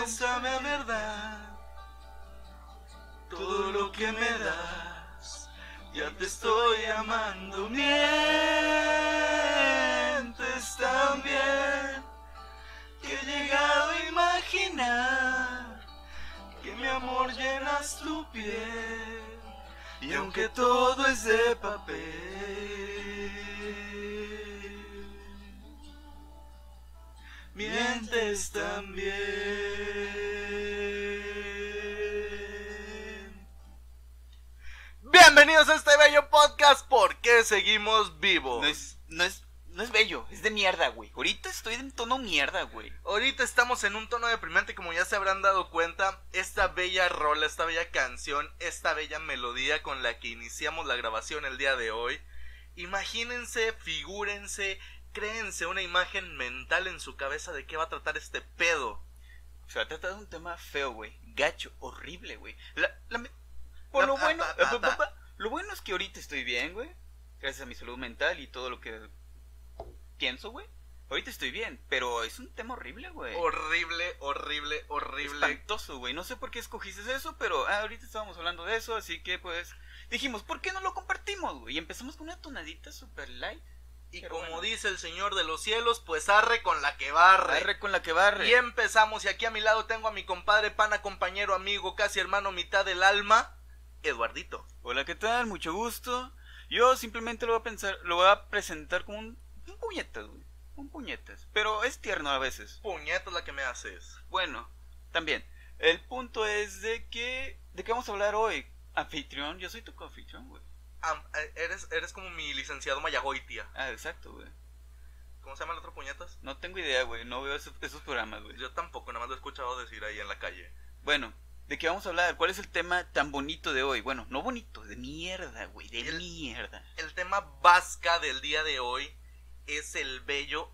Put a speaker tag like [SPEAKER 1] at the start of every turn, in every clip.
[SPEAKER 1] muéstrame a verdad todo lo que me das. Ya te estoy amando, mientes también, que he llegado a imaginar que mi amor llenas tu piel, y aunque todo es de papel, mientes también. Bienvenidos a este bello podcast, ¿por qué seguimos vivos?
[SPEAKER 2] No es bello, es de mierda, güey. Ahorita estoy en tono mierda, güey.
[SPEAKER 1] Ahorita estamos en un tono deprimente, como ya se habrán dado cuenta. Esta bella rola, esta bella canción, esta bella melodía con la que iniciamos la grabación el día de hoy. Imagínense, figúrense, créense una imagen mental en su cabeza de qué va a tratar este pedo.
[SPEAKER 2] O sea, trata de un tema feo, güey. Gacho, horrible, güey. Lo bueno es que ahorita estoy bien, güey. Gracias a mi salud mental y todo lo que pienso, güey. Ahorita estoy bien, pero es un tema horrible, güey.
[SPEAKER 1] Horrible.
[SPEAKER 2] Espantoso, güey. No sé por qué escogiste eso, pero ahorita estábamos hablando de eso, así que pues dijimos, ¿por qué no lo compartimos, güey? Y empezamos con una tonadita super light.
[SPEAKER 1] Y pero como bueno, dice el Señor de los cielos, pues arre con la que barre.
[SPEAKER 2] Arre con la que barre.
[SPEAKER 1] Y empezamos, y aquí a mi lado tengo a mi compadre, pana, compañero, amigo, casi hermano, mitad del alma, Eduardito.
[SPEAKER 2] Hola, ¿qué tal? Mucho gusto. Yo simplemente lo voy a presentar como un puñetas, güey. Un puñetas. Pero es tierno a veces.
[SPEAKER 1] Puñetas la que me haces.
[SPEAKER 2] Bueno, también. El punto es ¿de qué vamos a hablar hoy? Anfitrión, yo soy tu coanfitrión, güey.
[SPEAKER 1] Eres como mi licenciado Mayagoitia.
[SPEAKER 2] Ah, exacto, güey.
[SPEAKER 1] ¿Cómo se llama el otro puñetas?
[SPEAKER 2] No tengo idea, güey. No veo esos programas, güey.
[SPEAKER 1] Yo tampoco, nada más lo he escuchado decir ahí en la calle.
[SPEAKER 2] Bueno, ¿de qué vamos a hablar? ¿Cuál es el tema tan bonito de hoy? Bueno, no bonito, de mierda, güey. Mierda.
[SPEAKER 1] El tema vasca del día de hoy es el bello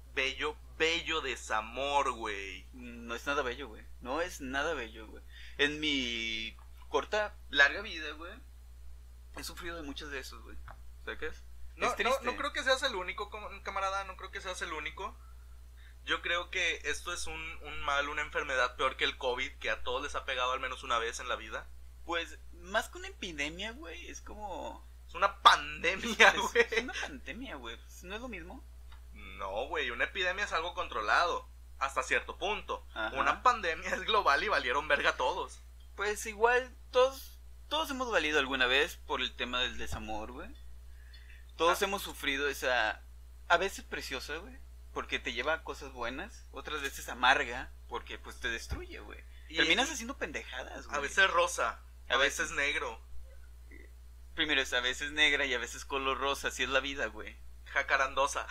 [SPEAKER 1] desamor, güey.
[SPEAKER 2] No es nada bello, güey. No es nada bello, güey. En mi larga vida, güey, he sufrido de muchos de esos, güey. ¿Sabes?
[SPEAKER 1] No creo que seas el único, camarada. No creo que seas el único. Yo creo que esto es un mal, una enfermedad peor que el COVID, que a todos les ha pegado al menos una vez en la vida.
[SPEAKER 2] Pues, más que una epidemia, güey, es como...
[SPEAKER 1] Es una pandemia, güey.
[SPEAKER 2] Es una pandemia, güey. ¿No es lo mismo?
[SPEAKER 1] No, güey, una epidemia es algo controlado, hasta cierto punto.
[SPEAKER 2] Ajá.
[SPEAKER 1] Una pandemia es global y valieron verga todos.
[SPEAKER 2] Pues igual, todos hemos valido alguna vez por el tema del desamor, güey. Todos hemos sufrido esa... A veces preciosa, güey, porque te lleva a cosas buenas. Otras veces amarga, porque pues te destruye, güey. Terminas haciendo pendejadas, güey.
[SPEAKER 1] A veces rosa, a veces negro.
[SPEAKER 2] Primero es a veces negra y a veces color rosa, así es la vida, güey.
[SPEAKER 1] Jacarandosa.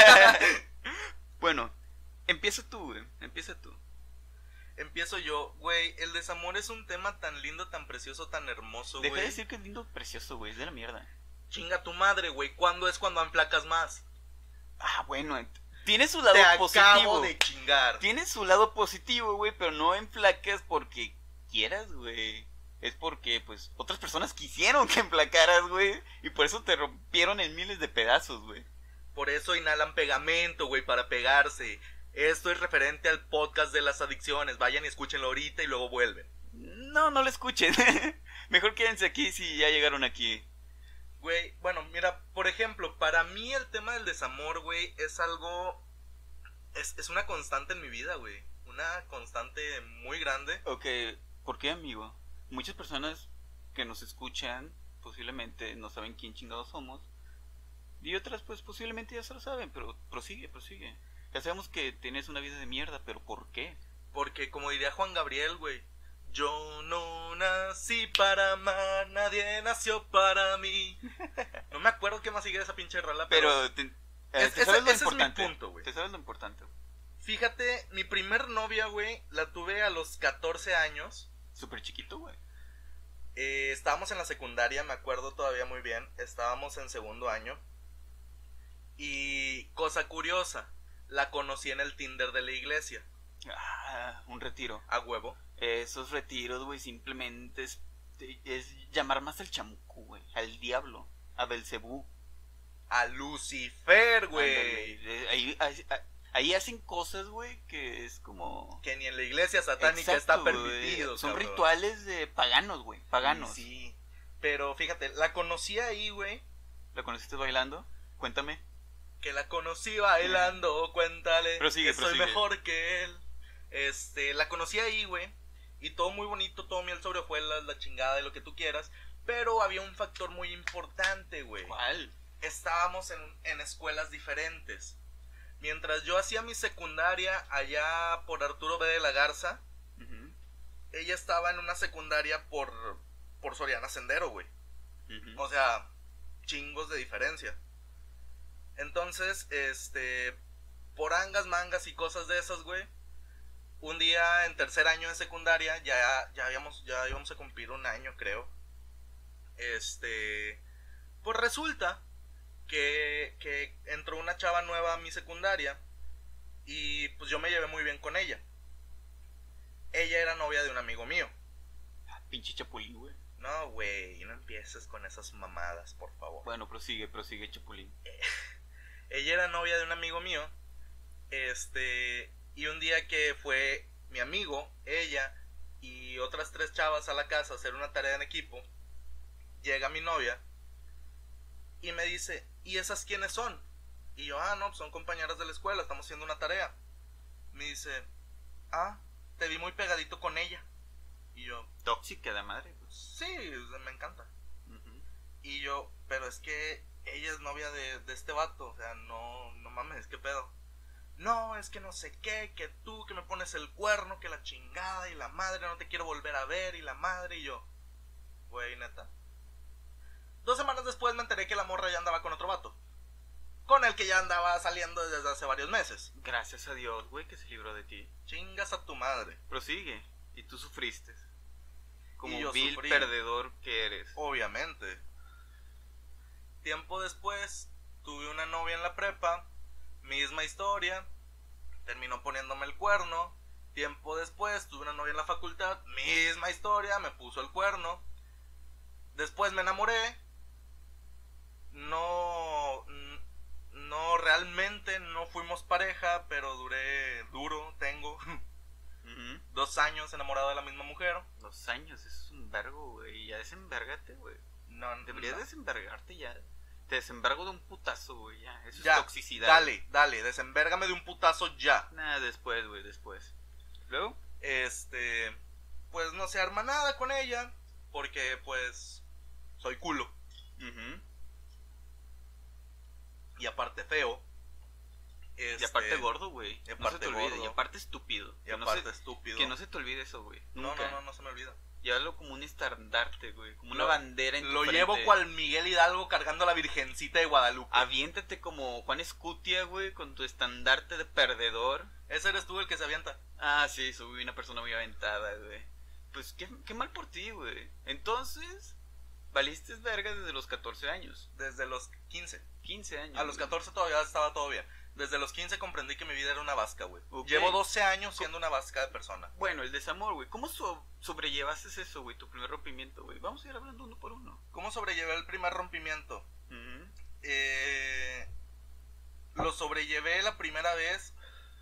[SPEAKER 2] Bueno, empieza tú, güey. Empieza tú.
[SPEAKER 1] Empiezo yo, güey. El desamor es un tema tan lindo, tan precioso, tan hermoso, güey.
[SPEAKER 2] Deja de decir que es lindo, precioso, güey. Es de la mierda.
[SPEAKER 1] Chinga tu madre, güey. ¿Cuándo es cuando emplacas más?
[SPEAKER 2] Ah, bueno. Tiene su lado positivo.
[SPEAKER 1] Te acabo de chingar.
[SPEAKER 2] Tiene su lado positivo, güey, pero no emplacas porque quieras, güey. Es porque, pues, otras personas quisieron que emplacaras, güey. Y por eso te rompieron en miles de pedazos, güey.
[SPEAKER 1] Por eso inhalan pegamento, güey, para pegarse. Esto es referente al podcast de las adicciones. Vayan y escúchenlo ahorita y luego vuelven.
[SPEAKER 2] No lo escuchen. Mejor quédense aquí si ya llegaron aquí.
[SPEAKER 1] Güey, bueno, mira, por ejemplo, para mí el tema del desamor, güey, es algo... Es una constante en mi vida, güey. Una constante muy grande.
[SPEAKER 2] Ok, ¿por qué, amigo? Muchas personas que nos escuchan posiblemente no saben quién chingados somos. Y otras pues posiblemente ya se lo saben, pero prosigue. Ya sabemos que tienes una vida de mierda, pero ¿por qué?
[SPEAKER 1] Porque como diría Juan Gabriel, güey, yo no nací para amar, nadie nació para mí. No me acuerdo qué más sigue de esa pinche rola, pero...
[SPEAKER 2] ese es mi punto, güey. Te sabes lo importante.
[SPEAKER 1] Fíjate, mi primer novia, güey, la tuve a los 14 años.
[SPEAKER 2] Súper chiquito, güey.
[SPEAKER 1] Estábamos en la secundaria, me acuerdo todavía muy bien. Estábamos en segundo año. Y cosa curiosa, la conocí en el Tinder de la iglesia.
[SPEAKER 2] Ah, un retiro.
[SPEAKER 1] A huevo.
[SPEAKER 2] Esos retiros, güey, simplemente es llamar más al chamuco, güey. Al diablo, a Belcebú.
[SPEAKER 1] A Lucifer, güey.
[SPEAKER 2] Ahí hacen cosas, güey, que es como...
[SPEAKER 1] Que ni en la iglesia satánica
[SPEAKER 2] Exacto,
[SPEAKER 1] está permitido.
[SPEAKER 2] güey. Son
[SPEAKER 1] cabrón.
[SPEAKER 2] rituales de paganos, güey. Paganos.
[SPEAKER 1] Sí, pero fíjate, la conocí ahí, güey.
[SPEAKER 2] ¿La conociste bailando? Cuéntame.
[SPEAKER 1] Que la conocí bailando, cuéntale.
[SPEAKER 2] Prosigue,
[SPEAKER 1] que soy
[SPEAKER 2] prosigue.
[SPEAKER 1] mejor que él. La conocí ahí, güey. Y todo muy bonito, todo miel sobre hojuelas, la chingada de lo que tú quieras. Pero había un factor muy importante, güey.
[SPEAKER 2] ¿Cuál?
[SPEAKER 1] Estábamos en escuelas diferentes. Mientras yo hacía mi secundaria allá por Arturo B. de la Garza,
[SPEAKER 2] Uh-huh.
[SPEAKER 1] ella estaba en una secundaria por Soriana Sendero, güey.
[SPEAKER 2] Uh-huh.
[SPEAKER 1] O sea, chingos de diferencia. Entonces, por angas, mangas y cosas de esas, güey. Un día en tercer año de secundaria, ya íbamos a cumplir un año, creo. Pues resulta que entró una chava nueva a mi secundaria y pues yo me llevé muy bien con ella. Ella era novia de un amigo mío.
[SPEAKER 2] Pinche chapulín, güey.
[SPEAKER 1] No, güey, no empieces con esas mamadas, por favor.
[SPEAKER 2] Bueno, prosigue, chapulín.
[SPEAKER 1] Ella era novia de un amigo mío. Y un día que fue mi amigo, ella y otras 3 chavas a la casa a hacer una tarea en equipo, llega mi novia y me dice, ¿y esas quiénes son? Y yo, no, pues son compañeras de la escuela, estamos haciendo una tarea. Me dice, te vi muy pegadito con ella. Y yo,
[SPEAKER 2] Tóxica de madre, pues.
[SPEAKER 1] sí, me encanta.
[SPEAKER 2] Uh-huh.
[SPEAKER 1] Y yo, pero es que ella es novia de este vato, o sea, no mames, ¿qué pedo? No, es que no sé qué, que tú, que me pones el cuerno, que la chingada y la madre, no te quiero volver a ver y la madre. Y yo, güey, neta. 2 semanas después me enteré que la morra ya andaba con otro vato, con el que ya andaba saliendo desde hace varios meses.
[SPEAKER 2] Gracias a Dios, güey, que se libró de ti.
[SPEAKER 1] Chingas a tu madre.
[SPEAKER 2] Prosigue. Y tú sufriste. Como
[SPEAKER 1] Y yo
[SPEAKER 2] vil
[SPEAKER 1] sufrí.
[SPEAKER 2] perdedor que eres.
[SPEAKER 1] Obviamente. Tiempo después tuve una novia en la prepa, misma historia, terminó poniéndome el cuerno. Tiempo después tuve una novia en la facultad, misma historia, me puso el cuerno. Después me enamoré. No realmente no fuimos pareja, pero tengo
[SPEAKER 2] Uh-huh.
[SPEAKER 1] 2 años enamorado de la misma mujer.
[SPEAKER 2] 2 años, eso es un vergo, güey. Ya desenvérgate, güey.
[SPEAKER 1] No,
[SPEAKER 2] Deberías
[SPEAKER 1] no.
[SPEAKER 2] desembargarte ya. Te desembargo de un putazo, güey, ya. Eso
[SPEAKER 1] Ya,
[SPEAKER 2] es toxicidad.
[SPEAKER 1] Dale, desenvérgame de un putazo ya.
[SPEAKER 2] Nada, después, güey, después. Luego,
[SPEAKER 1] Pues no se arma nada con ella, porque pues soy culo.
[SPEAKER 2] uh-huh.
[SPEAKER 1] Y aparte feo.
[SPEAKER 2] Y aparte gordo, güey.
[SPEAKER 1] y
[SPEAKER 2] No se
[SPEAKER 1] aparte
[SPEAKER 2] te olvide.
[SPEAKER 1] gordo.
[SPEAKER 2] Y aparte estúpido.
[SPEAKER 1] Y
[SPEAKER 2] Que no
[SPEAKER 1] aparte
[SPEAKER 2] se-
[SPEAKER 1] estúpido.
[SPEAKER 2] Que no se te olvide eso, güey.
[SPEAKER 1] No
[SPEAKER 2] Nunca.
[SPEAKER 1] se me olvida.
[SPEAKER 2] Llévalo como un estandarte, güey. Como una
[SPEAKER 1] Lo-
[SPEAKER 2] bandera en tu
[SPEAKER 1] Lo
[SPEAKER 2] frente.
[SPEAKER 1] llevo cual Miguel Hidalgo cargando a la Virgencita de Guadalupe.
[SPEAKER 2] Aviéntate como Juan Escutia, güey, con tu estandarte de perdedor.
[SPEAKER 1] Ese eres tú el que se avienta.
[SPEAKER 2] Ah, sí, soy una persona muy aventada, güey. Pues qué mal por ti, güey. Entonces, valiste verga desde los 14 años.
[SPEAKER 1] Desde los 15.
[SPEAKER 2] 15 años.
[SPEAKER 1] A los
[SPEAKER 2] güey.
[SPEAKER 1] 14 todavía estaba todo bien. Desde los 15 comprendí que mi vida era una vasca, güey.
[SPEAKER 2] Ok.
[SPEAKER 1] Llevo 12 años siendo una vasca de persona.
[SPEAKER 2] Bueno, el desamor, güey. ¿Cómo sobrellevaste eso, güey? Tu primer rompimiento, güey. Vamos a ir hablando uno por uno.
[SPEAKER 1] ¿Cómo sobrellevé el primer rompimiento?
[SPEAKER 2] Ujú.
[SPEAKER 1] Lo sobrellevé la primera vez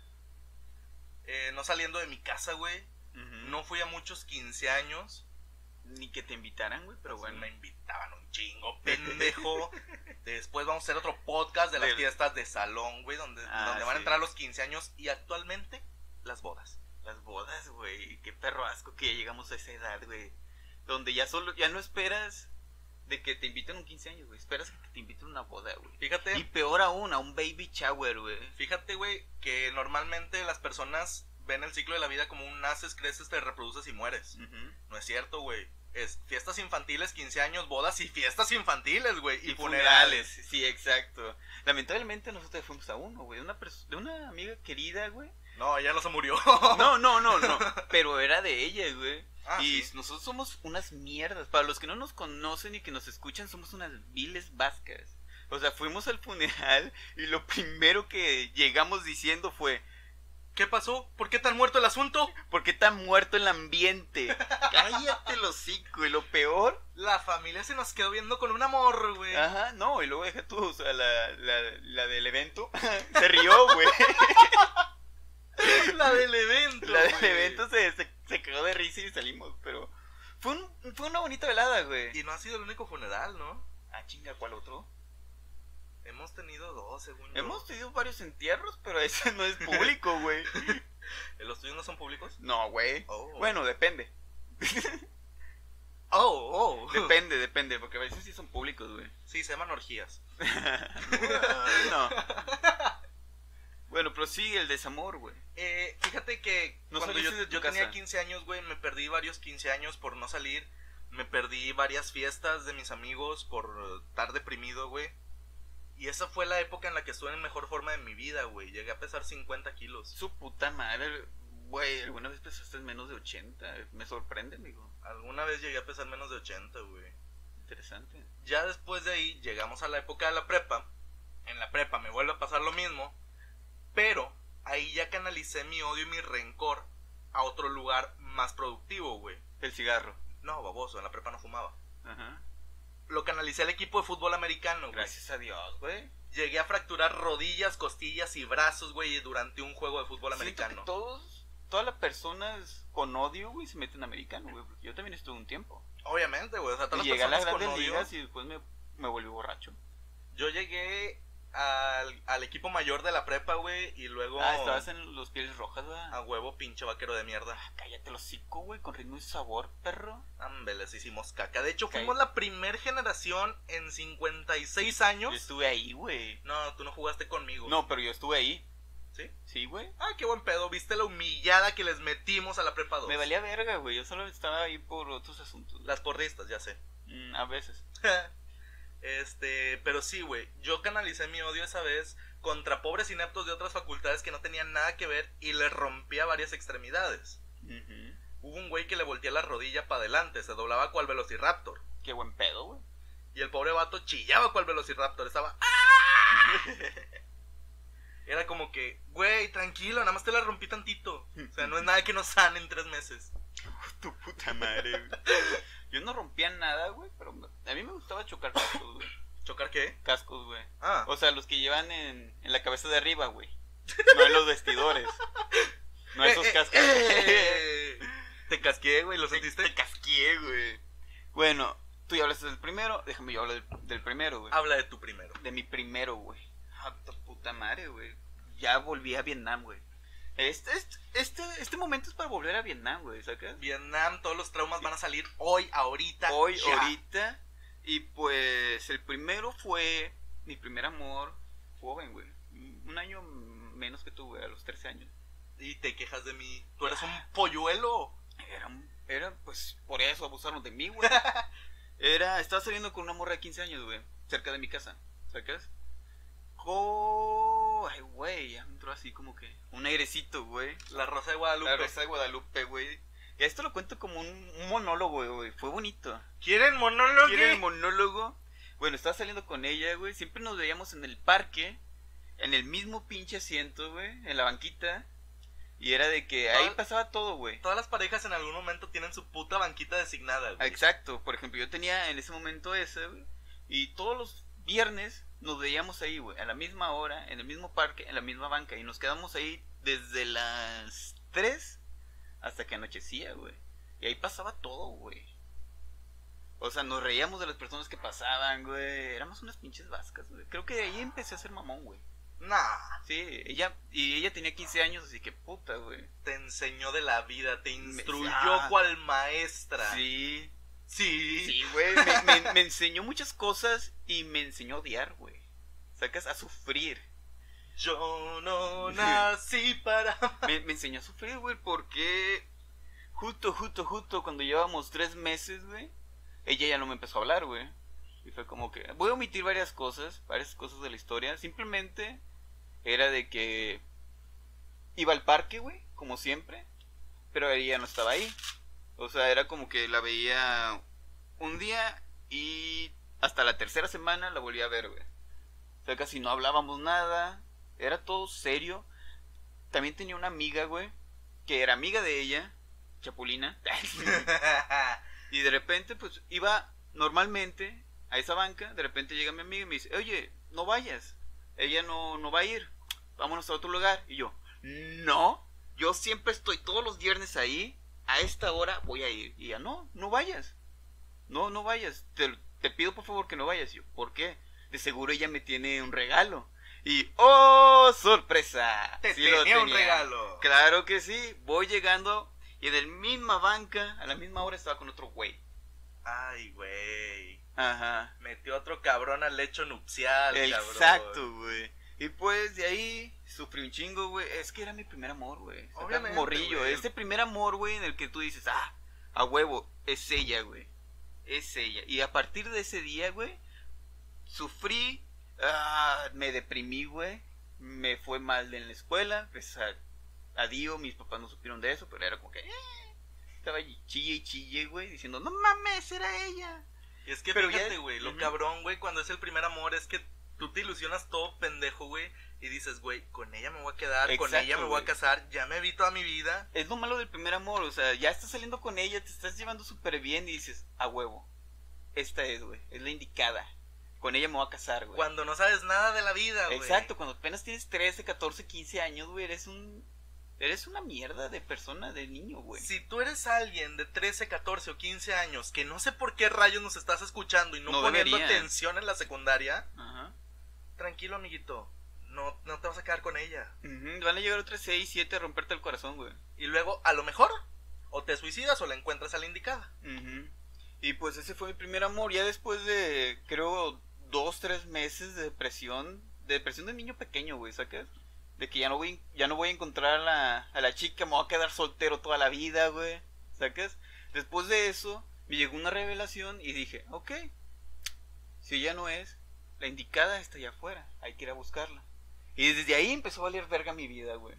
[SPEAKER 1] no saliendo de mi casa, güey.
[SPEAKER 2] Ujú.
[SPEAKER 1] No fui a muchos 15 años.
[SPEAKER 2] Ni que te invitaran, güey, pero
[SPEAKER 1] Pues
[SPEAKER 2] bueno.
[SPEAKER 1] me invitaban un chingo, pendejo. Después vamos a hacer otro podcast de las
[SPEAKER 2] Del-
[SPEAKER 1] fiestas de salón, güey, donde van
[SPEAKER 2] sí.
[SPEAKER 1] a entrar los 15 años y actualmente las bodas.
[SPEAKER 2] Las bodas, güey. Qué perro asco que ya llegamos a esa edad, güey. Donde ya no esperas de que te inviten a un 15 años, güey. Esperas que te inviten a una boda, güey.
[SPEAKER 1] Fíjate,
[SPEAKER 2] Y peor aún, a un baby shower, güey.
[SPEAKER 1] güey, que normalmente las personas ven el ciclo de la vida como un naces, creces, te reproduces y mueres.
[SPEAKER 2] Ujú.
[SPEAKER 1] No es cierto, güey. Es fiestas infantiles, 15 años, bodas y fiestas infantiles, güey. Y
[SPEAKER 2] Funerales, sí, exacto. Lamentablemente nosotros fuimos a uno, güey. De una amiga querida, güey.
[SPEAKER 1] No, ella no se murió.
[SPEAKER 2] No. Pero era de ella, güey.
[SPEAKER 1] Ah,
[SPEAKER 2] Y
[SPEAKER 1] sí.
[SPEAKER 2] nosotros somos unas mierdas. Para los que no nos conocen y que nos escuchan, somos unas viles vascas. O sea, fuimos al funeral y lo primero que llegamos diciendo fue:
[SPEAKER 1] ¿Qué pasó? ¿Por qué tan muerto el asunto?
[SPEAKER 2] ¿Por qué tan muerto el ambiente? Cállate el hocico. Y lo peor...
[SPEAKER 1] La familia se nos quedó viendo con un amor, güey.
[SPEAKER 2] Ajá, no, y luego deja tú, o sea, la del evento se rió, güey.
[SPEAKER 1] La del evento,
[SPEAKER 2] La del
[SPEAKER 1] güey.
[SPEAKER 2] evento se cagó de risa y salimos, pero... Fue una bonita velada, güey.
[SPEAKER 1] Y no ha sido el único funeral, ¿no?
[SPEAKER 2] Ah, chinga, ¿cuál otro?
[SPEAKER 1] Hemos tenido 2, según yo.
[SPEAKER 2] Hemos tenido varios entierros, pero ese no es público, güey.
[SPEAKER 1] ¿Los tuyos no son públicos?
[SPEAKER 2] No, güey.
[SPEAKER 1] Oh.
[SPEAKER 2] Bueno, depende.
[SPEAKER 1] Oh.
[SPEAKER 2] Depende, porque a veces sí son públicos, güey.
[SPEAKER 1] Sí, se llaman orgías.
[SPEAKER 2] No. Bueno, pero sí, el desamor, güey.
[SPEAKER 1] Fíjate que
[SPEAKER 2] No
[SPEAKER 1] cuando
[SPEAKER 2] saliste de tu
[SPEAKER 1] yo tenía
[SPEAKER 2] casa.
[SPEAKER 1] 15 años, güey, me perdí varios 15 años por no salir. Me perdí varias fiestas de mis amigos por estar deprimido, güey. Y esa fue la época en la que estuve en mejor forma de mi vida, güey. Llegué a pesar 50 kilos.
[SPEAKER 2] Su puta madre, güey. ¿Alguna vez pesaste menos de 80? Me sorprende, amigo.
[SPEAKER 1] Alguna vez llegué a pesar menos de 80, güey.
[SPEAKER 2] Interesante.
[SPEAKER 1] Ya después de ahí llegamos a la época de la prepa. En la prepa me vuelve a pasar lo mismo. Pero ahí ya canalicé mi odio y mi rencor a otro lugar más productivo, güey.
[SPEAKER 2] El cigarro.
[SPEAKER 1] No, baboso, en la prepa no fumaba.
[SPEAKER 2] Ajá.
[SPEAKER 1] Lo canalicé al equipo de fútbol americano, güey.
[SPEAKER 2] Gracias a Dios, güey.
[SPEAKER 1] Llegué a fracturar rodillas, costillas y brazos, güey, durante un juego de fútbol
[SPEAKER 2] Siento
[SPEAKER 1] americano.
[SPEAKER 2] que todas las personas con odio, güey, se meten americano, güey. Porque yo también estuve un tiempo.
[SPEAKER 1] Obviamente, güey. O sea,
[SPEAKER 2] Y
[SPEAKER 1] todas las
[SPEAKER 2] llegué a las
[SPEAKER 1] personas con
[SPEAKER 2] grandes
[SPEAKER 1] odio.
[SPEAKER 2] ligas y después me volví borracho.
[SPEAKER 1] Yo llegué al equipo mayor de la prepa, güey, y luego
[SPEAKER 2] Ah, estabas en los Pieles Rojas, güey.
[SPEAKER 1] a huevo, pinche vaquero de mierda.
[SPEAKER 2] Cállate el hocico, güey, con ritmo y sabor, perro.
[SPEAKER 1] Hombre, les hicimos caca. De hecho,
[SPEAKER 2] Cállate.
[SPEAKER 1] fuimos la primer generación en 56
[SPEAKER 2] Yo
[SPEAKER 1] años.
[SPEAKER 2] estuve ahí, güey.
[SPEAKER 1] No, tú no jugaste conmigo.
[SPEAKER 2] No, pero yo estuve ahí.
[SPEAKER 1] ¿Sí?
[SPEAKER 2] Sí, güey.
[SPEAKER 1] Ah, qué buen pedo. ¿Viste la humillada que les metimos a la prepa 2?
[SPEAKER 2] Me valía verga, güey. Yo solo estaba ahí por otros asuntos.
[SPEAKER 1] Las porristas, ya sé.
[SPEAKER 2] A veces.
[SPEAKER 1] Pero sí, güey. Yo canalicé mi odio esa vez contra pobres ineptos de otras facultades que no tenían nada que ver y les rompía varias extremidades.
[SPEAKER 2] Ujú.
[SPEAKER 1] Hubo un güey que le volteé la rodilla para adelante, se doblaba cual Velociraptor.
[SPEAKER 2] Qué buen pedo, güey.
[SPEAKER 1] Y el pobre vato chillaba cual Velociraptor, estaba... ¡Ah! Era como que, güey, tranquilo, nada más te la rompí tantito. O sea, no es nada que no sane en 3 meses.
[SPEAKER 2] Tu puta madre, güey. Yo no rompía nada, güey, pero a mí me gustaba chocar cascos, güey.
[SPEAKER 1] ¿Chocar qué?
[SPEAKER 2] Cascos, güey.
[SPEAKER 1] Ah,
[SPEAKER 2] O sea, los que llevan en la cabeza de arriba, güey. No en los vestidores. No esos cascos.
[SPEAKER 1] Te casqué, güey, ¿lo sentiste?
[SPEAKER 2] Te casqué, güey. Bueno, tú ya hablaste del primero, déjame yo hablar del primero, güey.
[SPEAKER 1] Habla de tu primero.
[SPEAKER 2] De mi primero, güey. Ah, tu puta madre, güey. Ya volví a Vietnam, güey. Este momento es para volver a Vietnam, güey, ¿sacas?
[SPEAKER 1] Vietnam, todos los traumas van a salir hoy, ahorita.
[SPEAKER 2] Hoy,
[SPEAKER 1] ya.
[SPEAKER 2] ahorita. Y pues el primero fue mi primer amor joven, güey. Un año menos que tú, güey, a los 13 años.
[SPEAKER 1] Y te quejas de mí. Tú eres un polluelo.
[SPEAKER 2] Era, pues, por eso abusaron de mí, güey. Estaba saliendo con una morra de 15 años, güey, cerca de mi casa, ¿sacas? Ay, güey, ya me entró así como que un airecito, güey.
[SPEAKER 1] La Rosa de Guadalupe.
[SPEAKER 2] La Rosa de Guadalupe, güey. Y esto lo cuento como un monólogo, güey. Fue bonito.
[SPEAKER 1] ¿Quieren monólogo?
[SPEAKER 2] ¿Quieren monólogo? Bueno, estaba saliendo con ella, güey. Siempre nos veíamos en el parque, en el mismo pinche asiento, güey, en la banquita. Y era de que ahí pasaba todo, güey.
[SPEAKER 1] Todas las parejas en algún momento tienen su puta banquita designada, güey.
[SPEAKER 2] Exacto. Por ejemplo, yo tenía en ese momento esa, güey. Y todos los viernes nos veíamos ahí, güey, a la misma hora, en el mismo parque, en la misma banca. Y nos quedamos ahí desde las 3 hasta que anochecía, güey. Y ahí pasaba todo, güey. O sea, nos reíamos de las personas que pasaban, güey. Éramos unas pinches vascas, güey. Creo que de ahí empecé a ser mamón, güey.
[SPEAKER 1] Nah.
[SPEAKER 2] Sí, ella tenía 15 años, así que puta, güey.
[SPEAKER 1] Te enseñó de la vida, te instruyó
[SPEAKER 2] Ah.
[SPEAKER 1] cual maestra.
[SPEAKER 2] Sí.
[SPEAKER 1] Sí.
[SPEAKER 2] Sí, güey. Me enseñó muchas cosas y me enseñó a odiar, güey. Sacas a sufrir.
[SPEAKER 1] Yo no nací para...
[SPEAKER 2] Me enseñó a sufrir, güey, porque justo cuando llevábamos 3 meses, güey, ella ya no me empezó a hablar, güey. Y fue como que... Voy a omitir varias cosas de la historia. Simplemente era de que iba al parque, güey, como siempre, pero ella no estaba ahí. O sea, era como que la veía un día y hasta la tercera semana la volví a ver, güey. O sea, casi no hablábamos nada, era todo serio. también tenía una amiga, güey, que era amiga de ella, Chapulina. Y de repente, pues, iba normalmente a esa banca. De repente llega mi amiga y me dice, oye, no vayas. Ella no va a ir. Vámonos a otro lugar. Y yo, no, yo siempre estoy todos los viernes ahí. A esta hora voy a ir. Y ella, no vayas. No vayas. Te pido por favor que no vayas. Y yo, ¿por qué? De seguro ella me tiene un regalo. Y, ¡oh, sorpresa!
[SPEAKER 1] Te
[SPEAKER 2] Sí lo
[SPEAKER 1] tenía un regalo.
[SPEAKER 2] Claro que sí. Voy llegando y en la misma banca, a la misma hora estaba con otro güey.
[SPEAKER 1] Ay, güey.
[SPEAKER 2] Ajá.
[SPEAKER 1] Metió otro cabrón al lecho nupcial,
[SPEAKER 2] Exacto,
[SPEAKER 1] cabrón.
[SPEAKER 2] güey. Y pues de ahí sufrí un chingo, güey. Es que era mi primer amor, güey.
[SPEAKER 1] Obviamente,
[SPEAKER 2] Morrillo.
[SPEAKER 1] güey.
[SPEAKER 2] Este primer amor, güey, en el que tú dices, a huevo, es ella, güey. Es ella. Y a partir de ese día, güey, sufrí, me deprimí, güey. Me fue mal en la escuela. Pues a Dio, mis papás no supieron de eso, pero era como que, estaba chille y chille, güey, diciendo, no mames, era ella.
[SPEAKER 1] Y es que
[SPEAKER 2] Pero
[SPEAKER 1] fíjate,
[SPEAKER 2] ya-
[SPEAKER 1] güey, lo
[SPEAKER 2] Ujú.
[SPEAKER 1] cabrón, güey, cuando es el primer amor es que tú te ilusionas todo pendejo, güey, y dices, güey, con ella me voy a quedar, con
[SPEAKER 2] Exacto,
[SPEAKER 1] ella me voy a
[SPEAKER 2] güey.
[SPEAKER 1] casar, ya me vi toda mi vida.
[SPEAKER 2] Es lo malo del primer amor, o sea, ya estás saliendo con ella, te estás llevando súper bien y dices, a huevo, esta es, güey, es la indicada. Con ella me voy a casar, güey.
[SPEAKER 1] Cuando no sabes nada de la vida, güey.
[SPEAKER 2] Exacto, cuando apenas tienes 13, 14, 15 años, güey, eres una mierda de persona, de niño, güey.
[SPEAKER 1] Si tú eres alguien de 13, 14 o 15 años que no sé por qué rayos nos estás escuchando y no,
[SPEAKER 2] No
[SPEAKER 1] poniendo
[SPEAKER 2] debería.
[SPEAKER 1] atención en la secundaria,
[SPEAKER 2] Ajá.
[SPEAKER 1] tranquilo, amiguito, no te vas a quedar con ella.
[SPEAKER 2] Ujú, van a llegar otras 6, 7 a romperte el corazón, güey.
[SPEAKER 1] Y luego, a lo mejor, o te suicidas o la encuentras a la indicada.
[SPEAKER 2] Ujú. Y pues ese fue mi primer amor, ya después de, creo, 2, 3 meses de depresión de niño pequeño, güey, ¿sacas? De que ya no voy a encontrar a la chica, me voy a quedar soltero toda la vida, güey, ¿sacas? Después de eso, me llegó una revelación y dije, ok, si ella no es, la indicada está allá afuera, hay que ir a buscarla. Y desde ahí empezó a valer verga mi vida, güey.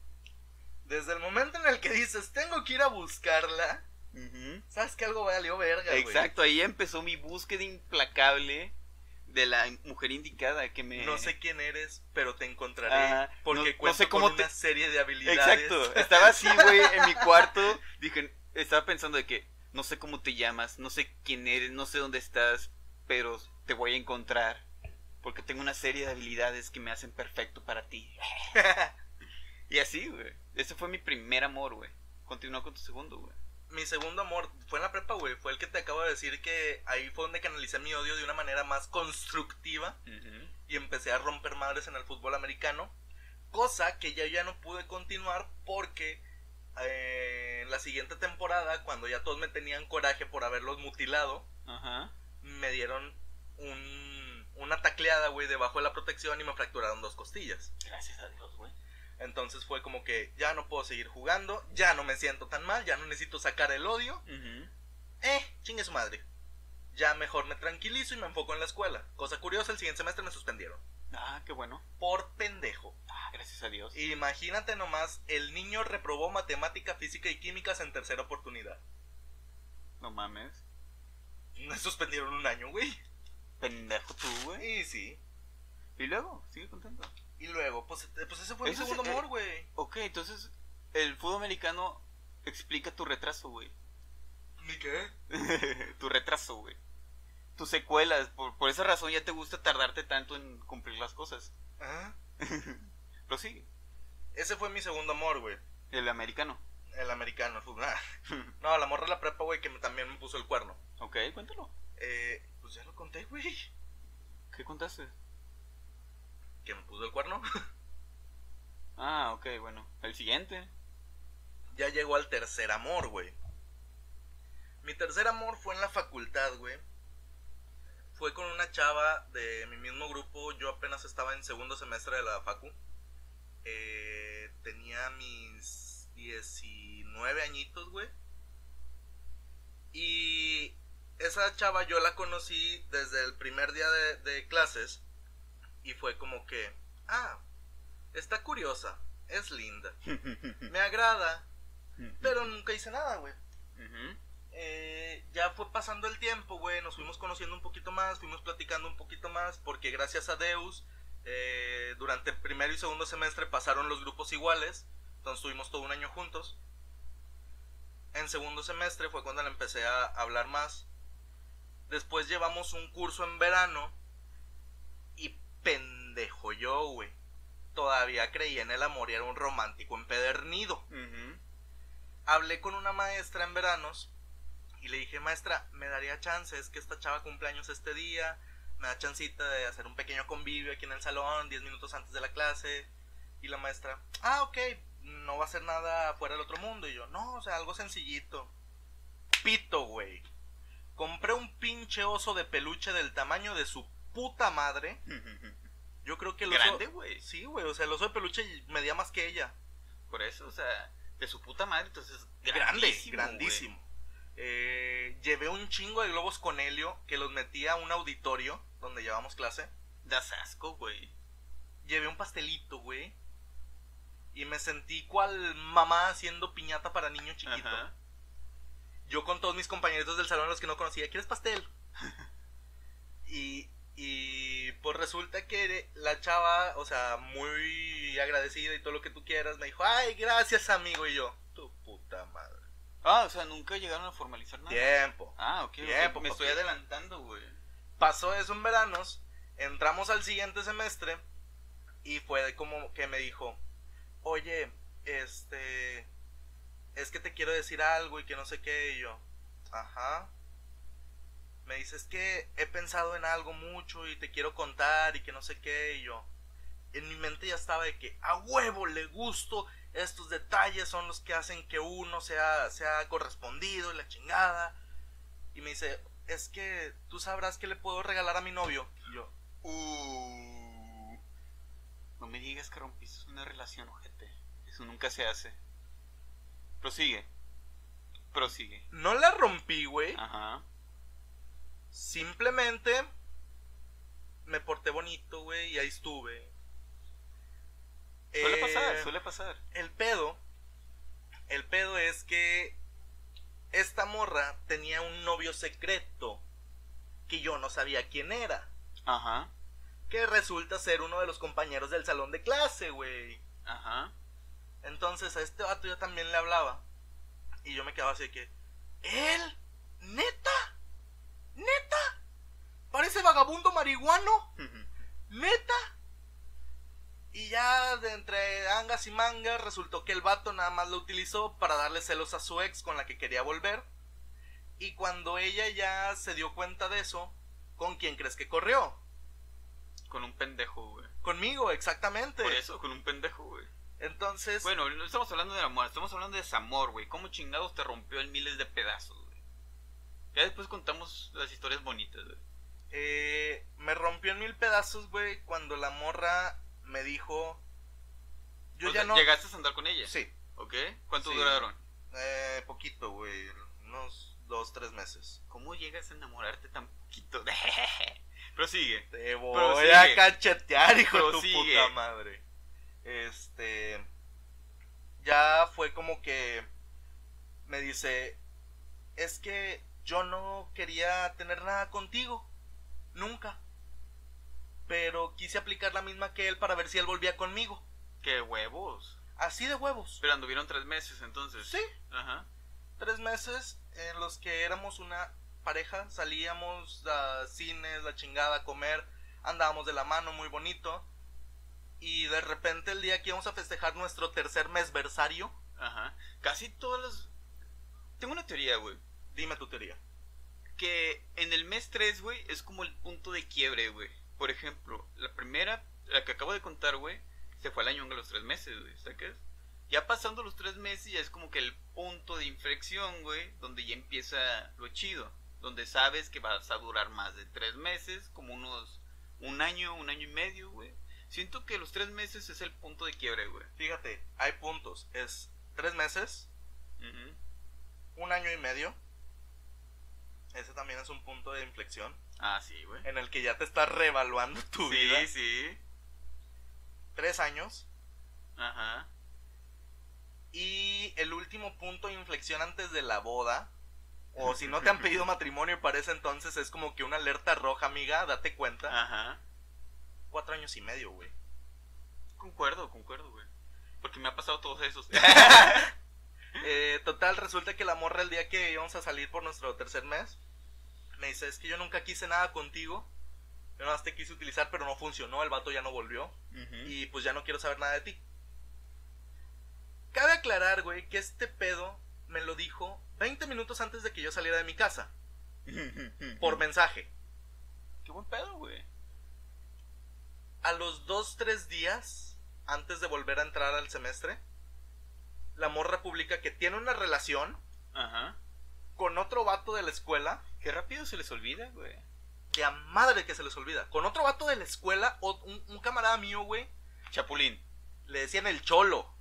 [SPEAKER 1] Desde el momento en el que dices, tengo que ir a buscarla,
[SPEAKER 2] Ujú.
[SPEAKER 1] sabes que algo valió verga, güey.
[SPEAKER 2] Exacto, ahí empezó mi búsqueda implacable de la mujer indicada que me...
[SPEAKER 1] No sé quién eres, pero te encontraré
[SPEAKER 2] Ajá,
[SPEAKER 1] porque
[SPEAKER 2] no
[SPEAKER 1] cuento
[SPEAKER 2] sé cómo
[SPEAKER 1] con una serie de habilidades.
[SPEAKER 2] Exacto, estaba así, güey, en mi cuarto, estaba pensando de que no sé cómo te llamas, no sé quién eres, no sé dónde estás, pero te voy a encontrar porque tengo una serie de habilidades que me hacen perfecto para ti. Y así, güey, ese fue mi primer amor, güey. Continúa con tu segundo, güey.
[SPEAKER 1] Mi segundo amor fue en la prepa, güey. Fue el que te acabo de decir que ahí fue donde canalicé mi odio de una manera más constructiva y empecé a romper madres en el fútbol americano. Cosa que ya no pude continuar porque en la siguiente temporada, cuando ya todos me tenían coraje por haberlos mutilado,
[SPEAKER 2] Ajá.
[SPEAKER 1] me dieron una tacleada, güey, debajo de la protección y me fracturaron 2 costillas.
[SPEAKER 2] Gracias a Dios, güey.
[SPEAKER 1] Entonces fue como que ya no puedo seguir jugando, ya no me siento tan mal, ya no necesito sacar el odio. Chingue su madre. Ya mejor me tranquilizo y me enfoco en la escuela. Cosa curiosa, el siguiente semestre me suspendieron.
[SPEAKER 2] Ah, qué bueno.
[SPEAKER 1] Por pendejo.
[SPEAKER 2] Ah, gracias a Dios.
[SPEAKER 1] Imagínate nomás, el niño reprobó matemática, física y químicas en tercera oportunidad.
[SPEAKER 2] No mames.
[SPEAKER 1] Me suspendieron 1 año, güey.
[SPEAKER 2] Pendejo tú, güey.
[SPEAKER 1] Y sí.
[SPEAKER 2] Y luego, sigue contando.
[SPEAKER 1] Y luego, pues ese fue mi
[SPEAKER 2] Eso
[SPEAKER 1] segundo
[SPEAKER 2] sí,
[SPEAKER 1] amor, güey.
[SPEAKER 2] Ok, entonces el fútbol americano explica tu retraso, güey.
[SPEAKER 1] ¿Ni qué?
[SPEAKER 2] Tu retraso, güey. Tus secuelas. Por esa razón ya te gusta tardarte tanto en cumplir las cosas.
[SPEAKER 1] Ajá.
[SPEAKER 2] Prosigue.
[SPEAKER 1] Ese fue mi segundo amor, güey.
[SPEAKER 2] El americano.
[SPEAKER 1] El americano, el fútbol. No, la morra de la prepa, güey, que también me puso el cuerno.
[SPEAKER 2] Ok, cuéntalo.
[SPEAKER 1] Pues ya lo conté, güey.
[SPEAKER 2] ¿Qué contaste?
[SPEAKER 1] Que me puso el cuerno.
[SPEAKER 2] Ah, ok, bueno. El siguiente.
[SPEAKER 1] Ya llegó al tercer amor, güey. Mi tercer amor fue en la facultad, güey. Fue con una chava de mi mismo grupo. Yo apenas estaba en segundo semestre de la facu. Tenía mis 19 añitos, güey. Y esa chava yo la conocí desde el primer día de clases. Y fue como que, está curiosa, es linda, me agrada, pero nunca hice nada, güey. Ya fue pasando el tiempo, güey, nos fuimos conociendo un poquito más, fuimos platicando un poquito más, porque gracias a Deus Durante el primero y segundo semestre pasaron los grupos iguales, entonces tuvimos todo un año juntos. En segundo semestre fue cuando le empecé a hablar más. Después llevamos un curso en verano y pendejo yo, güey, todavía creía en el amor y era un romántico empedernido. Hablé con una maestra en veranos y le dije, maestra, me daría chance, es que esta chava cumpleaños este día, me da chancita de hacer un pequeño convivio aquí en el salón 10 minutos antes de la clase. Y la maestra, ok, no va a ser nada fuera del otro mundo. Y yo, no, o sea, algo sencillito. Pito, güey. Compré un pinche oso de peluche del tamaño de su puta madre. Yo creo que el oso...
[SPEAKER 2] Grande, güey.
[SPEAKER 1] Sí, güey, o sea, el oso de peluche medía más que ella.
[SPEAKER 2] Por eso, o sea, de su puta madre, entonces...
[SPEAKER 1] Grandísimo. Llevé un chingo de globos con helio que los metí a un auditorio donde llevamos clase.
[SPEAKER 2] Das asco, güey.
[SPEAKER 1] Llevé un pastelito, güey. Y me sentí cual mamá haciendo piñata para niño chiquito.
[SPEAKER 2] Ajá.
[SPEAKER 1] Yo con todos mis compañeritos del salón, los que no conocía, ¿quieres pastel? y pues resulta que la chava, o sea, muy agradecida y todo lo que tú quieras, me dijo, ay, gracias, amigo. Y yo, tu puta madre.
[SPEAKER 2] O sea, nunca llegaron a formalizar nada.
[SPEAKER 1] Tiempo.
[SPEAKER 2] Ok.
[SPEAKER 1] Tiempo,
[SPEAKER 2] me estoy adelantando, güey.
[SPEAKER 1] Pasó eso en veranos, entramos al siguiente semestre y fue como que me dijo, oye, es que te quiero decir algo y que no sé qué. Y yo, ajá. Me dice, es que he pensado en algo mucho y te quiero contar y que no sé qué. Y yo, en mi mente ya estaba de que a huevo le gusto, estos detalles son los que hacen que uno sea correspondido y la chingada. Y me dice, es que tú sabrás qué le puedo regalar a mi novio. Y yo,
[SPEAKER 2] no me digas que rompiste una relación, ojete. Eso nunca se hace. Prosigue.
[SPEAKER 1] no la rompí, güey.
[SPEAKER 2] Ajá.
[SPEAKER 1] Simplemente me porté bonito, güey, y ahí estuve.
[SPEAKER 2] Suele pasar.
[SPEAKER 1] El pedo es que esta morra tenía un novio secreto que yo no sabía quién era.
[SPEAKER 2] Ajá.
[SPEAKER 1] Que resulta ser uno de los compañeros del salón de clase, güey.
[SPEAKER 2] Ajá.
[SPEAKER 1] Entonces a este vato yo también le hablaba. Y yo me quedaba así de que, ¿él? ¿Neta? ¿Parece vagabundo marihuano? ¿Neta? Y ya de entre angas y mangas resultó que el vato nada más lo utilizó para darle celos a su ex con la que quería volver. Y cuando ella ya se dio cuenta de eso, ¿con quién crees que corrió?
[SPEAKER 2] Con un pendejo, güey.
[SPEAKER 1] Conmigo, exactamente.
[SPEAKER 2] Por eso, con un pendejo, güey.
[SPEAKER 1] Entonces...
[SPEAKER 2] Bueno, no estamos hablando de amor, estamos hablando de desamor, güey. ¿Cómo chingados te rompió en miles de pedazos, güey? Ya después contamos las historias bonitas, güey.
[SPEAKER 1] Me rompió en 1000 pedazos, güey, cuando la morra me dijo...
[SPEAKER 2] Yo ya no... ¿Llegaste a andar con ella?
[SPEAKER 1] Sí.
[SPEAKER 2] ¿Ok? ¿Cuánto
[SPEAKER 1] Sí.
[SPEAKER 2] duraron?
[SPEAKER 1] Poquito, güey. Unos 2-3 meses.
[SPEAKER 2] ¿Cómo llegas a enamorarte tan poquito? Prosigue.
[SPEAKER 1] Te voy a cachetear, hijo de tu
[SPEAKER 2] Prosigue.
[SPEAKER 1] puta madre. Ya fue como que me dice, es que yo no quería tener nada contigo, nunca, pero quise aplicar la misma que él para ver si él volvía conmigo.
[SPEAKER 2] ¡Qué huevos!
[SPEAKER 1] Así de huevos.
[SPEAKER 2] Pero anduvieron 3 meses entonces.
[SPEAKER 1] Sí.
[SPEAKER 2] Ajá.
[SPEAKER 1] 3 meses en los que éramos una pareja, salíamos a cines, la chingada, a comer, andábamos de la mano muy bonito. Y de repente el día que íbamos a festejar nuestro tercer mesversario.
[SPEAKER 2] Ajá. Casi todas las... Tengo una teoría, güey.
[SPEAKER 1] Dime tu teoría.
[SPEAKER 2] Que en el mes 3, güey, es como el punto de quiebre, güey. Por ejemplo, la primera, la que acabo de contar, güey, se fue al año a los 3 meses, güey. ¿Sabes? Ya pasando los 3 meses ya es como que el punto de inflexión, güey, donde ya empieza lo chido. Donde sabes que vas a durar más de 3 meses, como unos... un año y medio, güey. Siento que los 3 meses es el punto de quiebre, güey.
[SPEAKER 1] Fíjate, hay puntos. Es 3 meses, un año y medio. Ese también es un punto de inflexión.
[SPEAKER 2] Ah, sí, güey.
[SPEAKER 1] En el que ya te estás reevaluando tu vida.
[SPEAKER 2] Sí.
[SPEAKER 1] 3 años.
[SPEAKER 2] Ajá.
[SPEAKER 1] Y el último punto de inflexión antes de la boda. O si no te han pedido matrimonio para ese entonces, es como que una alerta roja, amiga, date cuenta.
[SPEAKER 2] Ajá.
[SPEAKER 1] 4 años y medio, güey.
[SPEAKER 2] Concuerdo, güey. Porque me ha pasado todos esos.
[SPEAKER 1] Total, resulta que la morra el día que íbamos a salir por nuestro tercer mes me dice, es que yo nunca quise nada contigo. Yo nada más te quise utilizar, pero no funcionó, el vato ya no volvió. Y pues ya no quiero saber nada de ti. Cabe aclarar, güey, que este pedo me lo dijo 20 minutos antes de que yo saliera de mi casa. Por mensaje.
[SPEAKER 2] Qué buen pedo, güey.
[SPEAKER 1] A los 2-3 días, antes de volver a entrar al semestre, la morra publica que tiene una relación con otro vato de la escuela.
[SPEAKER 2] Qué rápido se les olvida, güey.
[SPEAKER 1] De a madre que se les olvida. Con otro vato de la escuela, un camarada mío, güey.
[SPEAKER 2] Chapulín.
[SPEAKER 1] Le decían el cholo.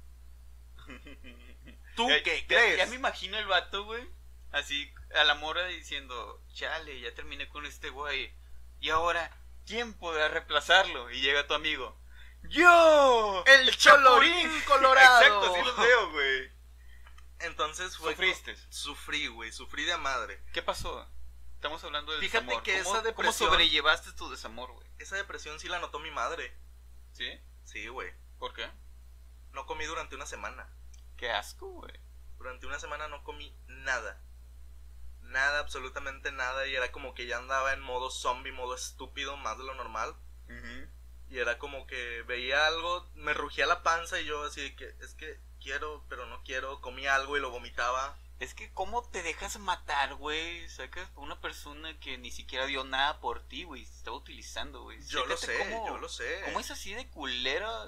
[SPEAKER 1] ¿Tú qué crees?
[SPEAKER 2] Ya me imagino el vato, güey. Así, a la morra diciendo, chale, ya terminé con este güey. Y ahora, ¿quién podrá reemplazarlo? Y llega tu amigo. ¡Yo!
[SPEAKER 1] ¡El cholorín colorado!
[SPEAKER 2] Exacto, sí los veo, güey.
[SPEAKER 1] Entonces fue...
[SPEAKER 2] ¿Sufriste?
[SPEAKER 1] Sufrí, güey, sufrí de madre.
[SPEAKER 2] ¿Qué pasó? Estamos hablando del
[SPEAKER 1] Fíjate
[SPEAKER 2] desamor.
[SPEAKER 1] que esa depresión...
[SPEAKER 2] ¿Cómo sobrellevaste tu desamor, güey?
[SPEAKER 1] Esa depresión sí la notó mi madre.
[SPEAKER 2] ¿Sí?
[SPEAKER 1] Sí, güey.
[SPEAKER 2] ¿Por qué?
[SPEAKER 1] No comí durante una semana.
[SPEAKER 2] Qué asco, güey.
[SPEAKER 1] Durante una semana no comí nada. Nada, absolutamente nada. Y era como que ya andaba en modo zombie, modo estúpido, más de lo normal. Y era como que veía algo, me rugía la panza y yo así de que, es que quiero, pero no quiero. Comía algo y lo vomitaba.
[SPEAKER 2] Es que cómo te dejas matar, güey. Sacas a una persona que ni siquiera dio nada por ti, güey. Se estaba utilizando, güey.
[SPEAKER 1] Yo lo sé.
[SPEAKER 2] ¿Cómo es así de culera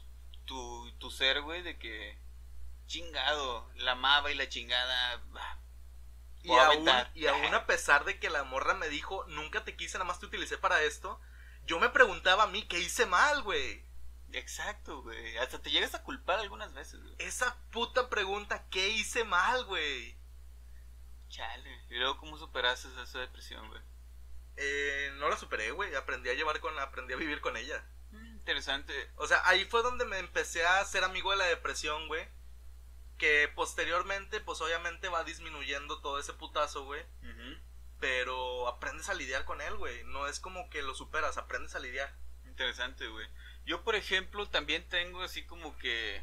[SPEAKER 2] tu ser, güey? De que chingado, la amaba y la chingada.
[SPEAKER 1] Y aún a pesar de que la morra me dijo, nunca te quise, nada más te utilicé para esto, yo me preguntaba a mí, ¿qué hice mal, güey?
[SPEAKER 2] Exacto, güey. Hasta te llegas a culpar algunas veces, güey.
[SPEAKER 1] Esa puta pregunta, ¿qué hice mal, güey?
[SPEAKER 2] Chale. ¿Y luego cómo superaste esa depresión, güey?
[SPEAKER 1] No la superé, güey. Aprendí a vivir con ella.
[SPEAKER 2] Interesante.
[SPEAKER 1] O sea, ahí fue donde me empecé a ser amigo de la depresión, güey. Que posteriormente, pues obviamente va disminuyendo todo ese putazo, güey. Pero aprendes a lidiar con él, güey. No es como que lo superas, aprendes a lidiar.
[SPEAKER 2] Interesante, güey. Yo, por ejemplo, también tengo así como que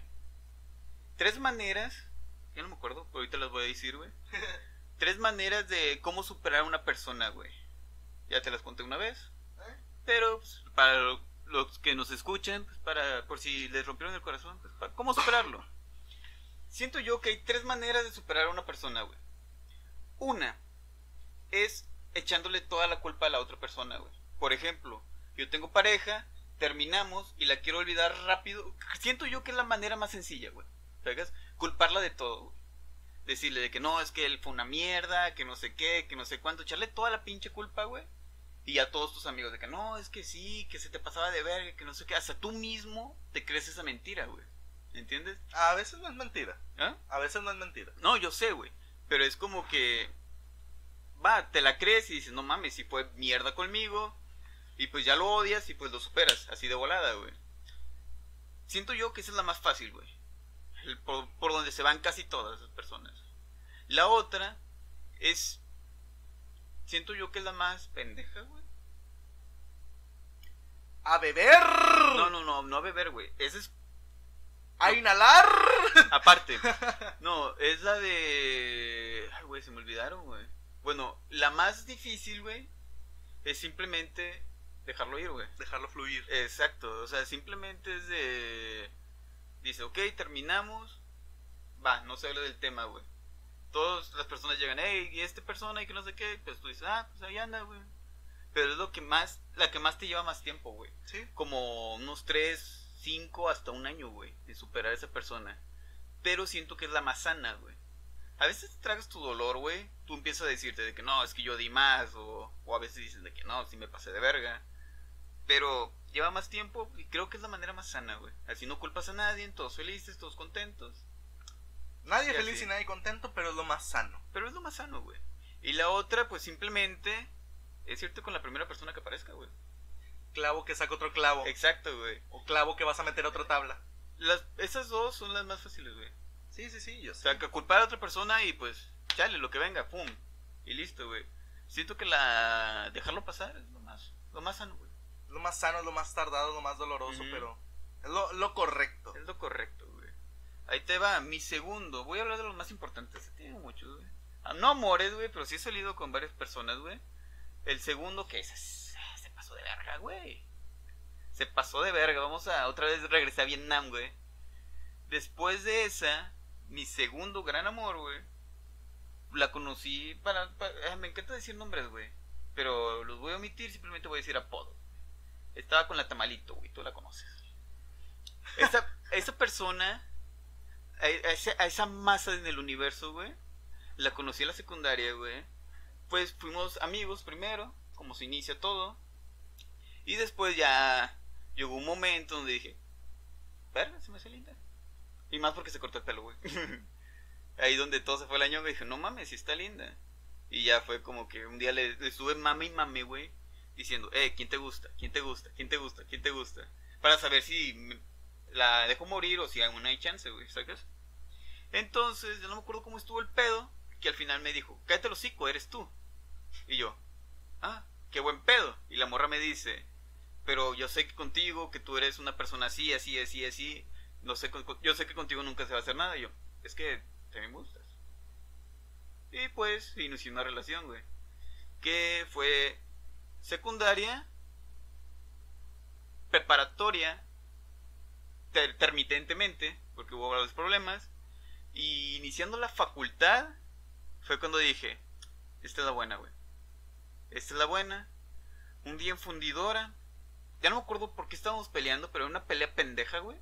[SPEAKER 2] 3 maneras, ya no me acuerdo, pero ahorita las voy a decir, güey. 3 maneras de cómo superar a una persona, güey. Ya te las conté una vez. Pero pues, para los que nos escuchen, pues, por si les rompieron el corazón, pues, para cómo superarlo. Siento yo que hay 3 maneras de superar a una persona, güey. Una es echándole toda la culpa a la otra persona, güey. Por ejemplo, yo tengo pareja, terminamos y la quiero olvidar rápido. Siento yo que es la manera más sencilla, güey. ¿Sabes? Culparla de todo, güey. Decirle de que no, es que él fue una mierda, que no sé qué, que no sé cuánto. Echarle toda la pinche culpa, güey. Y a todos tus amigos de que no, es que sí, que se te pasaba de verga, que no sé qué. Hasta tú mismo te crees esa mentira, güey. ¿Entiendes?
[SPEAKER 1] A veces no es mentira.
[SPEAKER 2] ¿Ah?
[SPEAKER 1] A veces no es mentira.
[SPEAKER 2] No, yo sé, güey. Pero es como que... Va, te la crees y dices, no mames, si fue mierda conmigo. Y pues ya lo odias y pues lo superas. Así de volada, güey. Siento yo que esa es la más fácil, güey. Por donde se van casi todas esas personas. La otra es... Siento yo que es la más pendeja, güey.
[SPEAKER 1] ¡A beber!
[SPEAKER 2] No a beber, güey. Esa es...
[SPEAKER 1] ¡A inhalar!
[SPEAKER 2] Aparte. No, es la de... Ay, güey, se me olvidaron, güey. Bueno, la más difícil, güey, es simplemente dejarlo ir, güey.
[SPEAKER 1] Dejarlo fluir.
[SPEAKER 2] Exacto, o sea, simplemente es de... Dice, ok, terminamos. Va, no se habla del tema, güey. Todas las personas llegan, hey, y esta persona y que no sé qué. Pues tú dices, pues ahí anda, güey. Pero es la que más te lleva más tiempo, güey.
[SPEAKER 1] Sí.
[SPEAKER 2] Como unos 3, 5, hasta un año, güey, de superar a esa persona. Pero siento que es la más sana, güey. A veces te tragas tu dolor, güey. Tú empiezas a decirte de que no, es que yo di más. O a veces dices de que no, sí me pasé de verga. Pero lleva más tiempo y creo que es la manera más sana, güey. Así no culpas a nadie, todos felices, todos contentos.
[SPEAKER 1] Nadie feliz y nadie contento, pero es lo más sano.
[SPEAKER 2] Pero es lo más sano, güey. Y la otra, pues simplemente es irte con la primera persona que aparezca, güey.
[SPEAKER 1] Clavo que saca otro clavo.
[SPEAKER 2] Exacto, güey.
[SPEAKER 1] O clavo que vas a meter a otra tabla.
[SPEAKER 2] Esas dos son las más fáciles, güey.
[SPEAKER 1] Sí, yo sé.
[SPEAKER 2] O sea, que culpar a otra persona y pues, chale, lo que venga, pum. Y listo, güey. Siento que dejarlo pasar es lo más sano, güey.
[SPEAKER 1] Lo más sano, lo más tardado, lo más doloroso, pero es lo correcto.
[SPEAKER 2] Es lo correcto, güey. Ahí te va, mi segundo. Voy a hablar de los más importantes. Tiene muchos, güey. No amores, güey, pero sí he salido con varias personas, güey. El segundo, que se pasó de verga, güey. Se pasó de verga. Vamos a otra vez regresar a Vietnam, güey. Después de esa, mi segundo gran amor, güey. La conocí me encanta decir nombres, güey. Pero los voy a omitir, simplemente voy a decir apodos. Estaba con la Tamalito, güey, tú la conoces. Esa persona, a esa masa en el universo, güey, la conocí en la secundaria, güey. Pues fuimos amigos primero, como se inicia todo. Y después ya llegó un momento donde dije, verga, se me hace linda. Y más porque se cortó el pelo, güey. Ahí donde todo se fue el año, güey, dije, no mames, sí está linda. Y ya fue como que un día le estuve mame y mame, güey, diciendo, ¿quién te gusta? ¿Quién te gusta? ¿Quién te gusta? ¿Quién te gusta? Para saber si la dejo morir o si aún hay chance, güey, ¿sacas? Entonces, yo no me acuerdo cómo estuvo el pedo, que al final me dijo, cállate el hocico, eres tú. Y yo, qué buen pedo. Y la morra me dice, pero yo sé que contigo, que tú eres una persona así, así, así, así, no sé, yo sé que contigo nunca se va a hacer nada. Y yo, es que también me gustas. Y pues inició una relación, güey, que fue secundaria, preparatoria, intermitentemente, porque hubo varios problemas. Y iniciando la facultad, fue cuando dije, esta es la buena, güey. Esta es la buena. Un día en Fundidora, ya no me acuerdo por qué estábamos peleando, pero era una pelea pendeja, güey.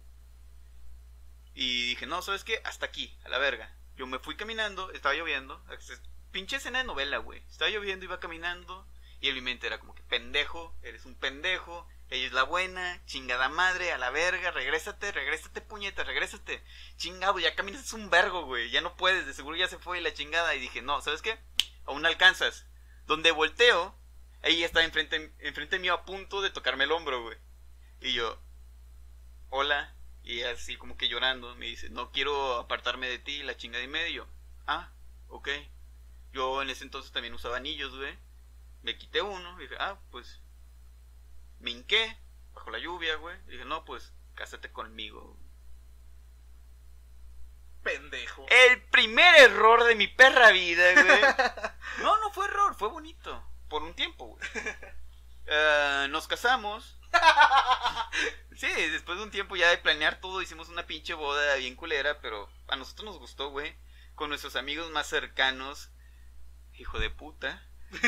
[SPEAKER 2] Y dije, no, ¿sabes qué? Hasta aquí, a la verga. Yo me fui caminando, estaba lloviendo. Pinche escena de novela, güey. Estaba lloviendo, iba caminando. Y en mi mente era como que, pendejo, eres un pendejo. Ella es la buena, chingada madre, a la verga. Regrésate, puñeta, regrésate. Chingado, ya caminas un vergo, güey. Ya no puedes, de seguro ya se fue la chingada. Y dije, no, ¿sabes qué? Aún alcanzas. Donde volteo, ella está enfrente mío a punto de tocarme el hombro, güey. Y yo, hola. Y así como que llorando me dice, no quiero apartarme de ti, la chingada y medio. Ok. Yo en ese entonces también usaba anillos, güey. Me quité uno y dije, pues me hinqué bajo la lluvia, güey. Y dije, no, pues cásate conmigo.
[SPEAKER 1] Pendejo.
[SPEAKER 2] El primer error de mi perra vida, güey. No fue error, fue bonito. Por un tiempo, güey. Nos casamos. Sí, después de un tiempo ya de planear todo, hicimos una pinche boda bien culera, pero a nosotros nos gustó, güey. Con nuestros amigos más cercanos. Hijo de puta.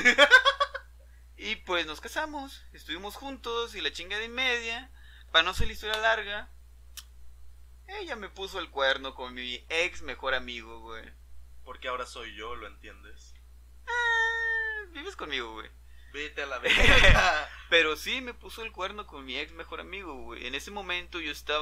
[SPEAKER 2] Y pues nos casamos, estuvimos juntos y la chingada y media. Para no hacer la historia larga, ella me puso el cuerno con mi ex mejor amigo, güey.
[SPEAKER 1] Porque ahora soy yo, ¿lo entiendes?
[SPEAKER 2] Vives conmigo, güey.
[SPEAKER 1] Vete a la verga.
[SPEAKER 2] Pero sí me puso el cuerno con mi ex mejor amigo, güey. En ese momento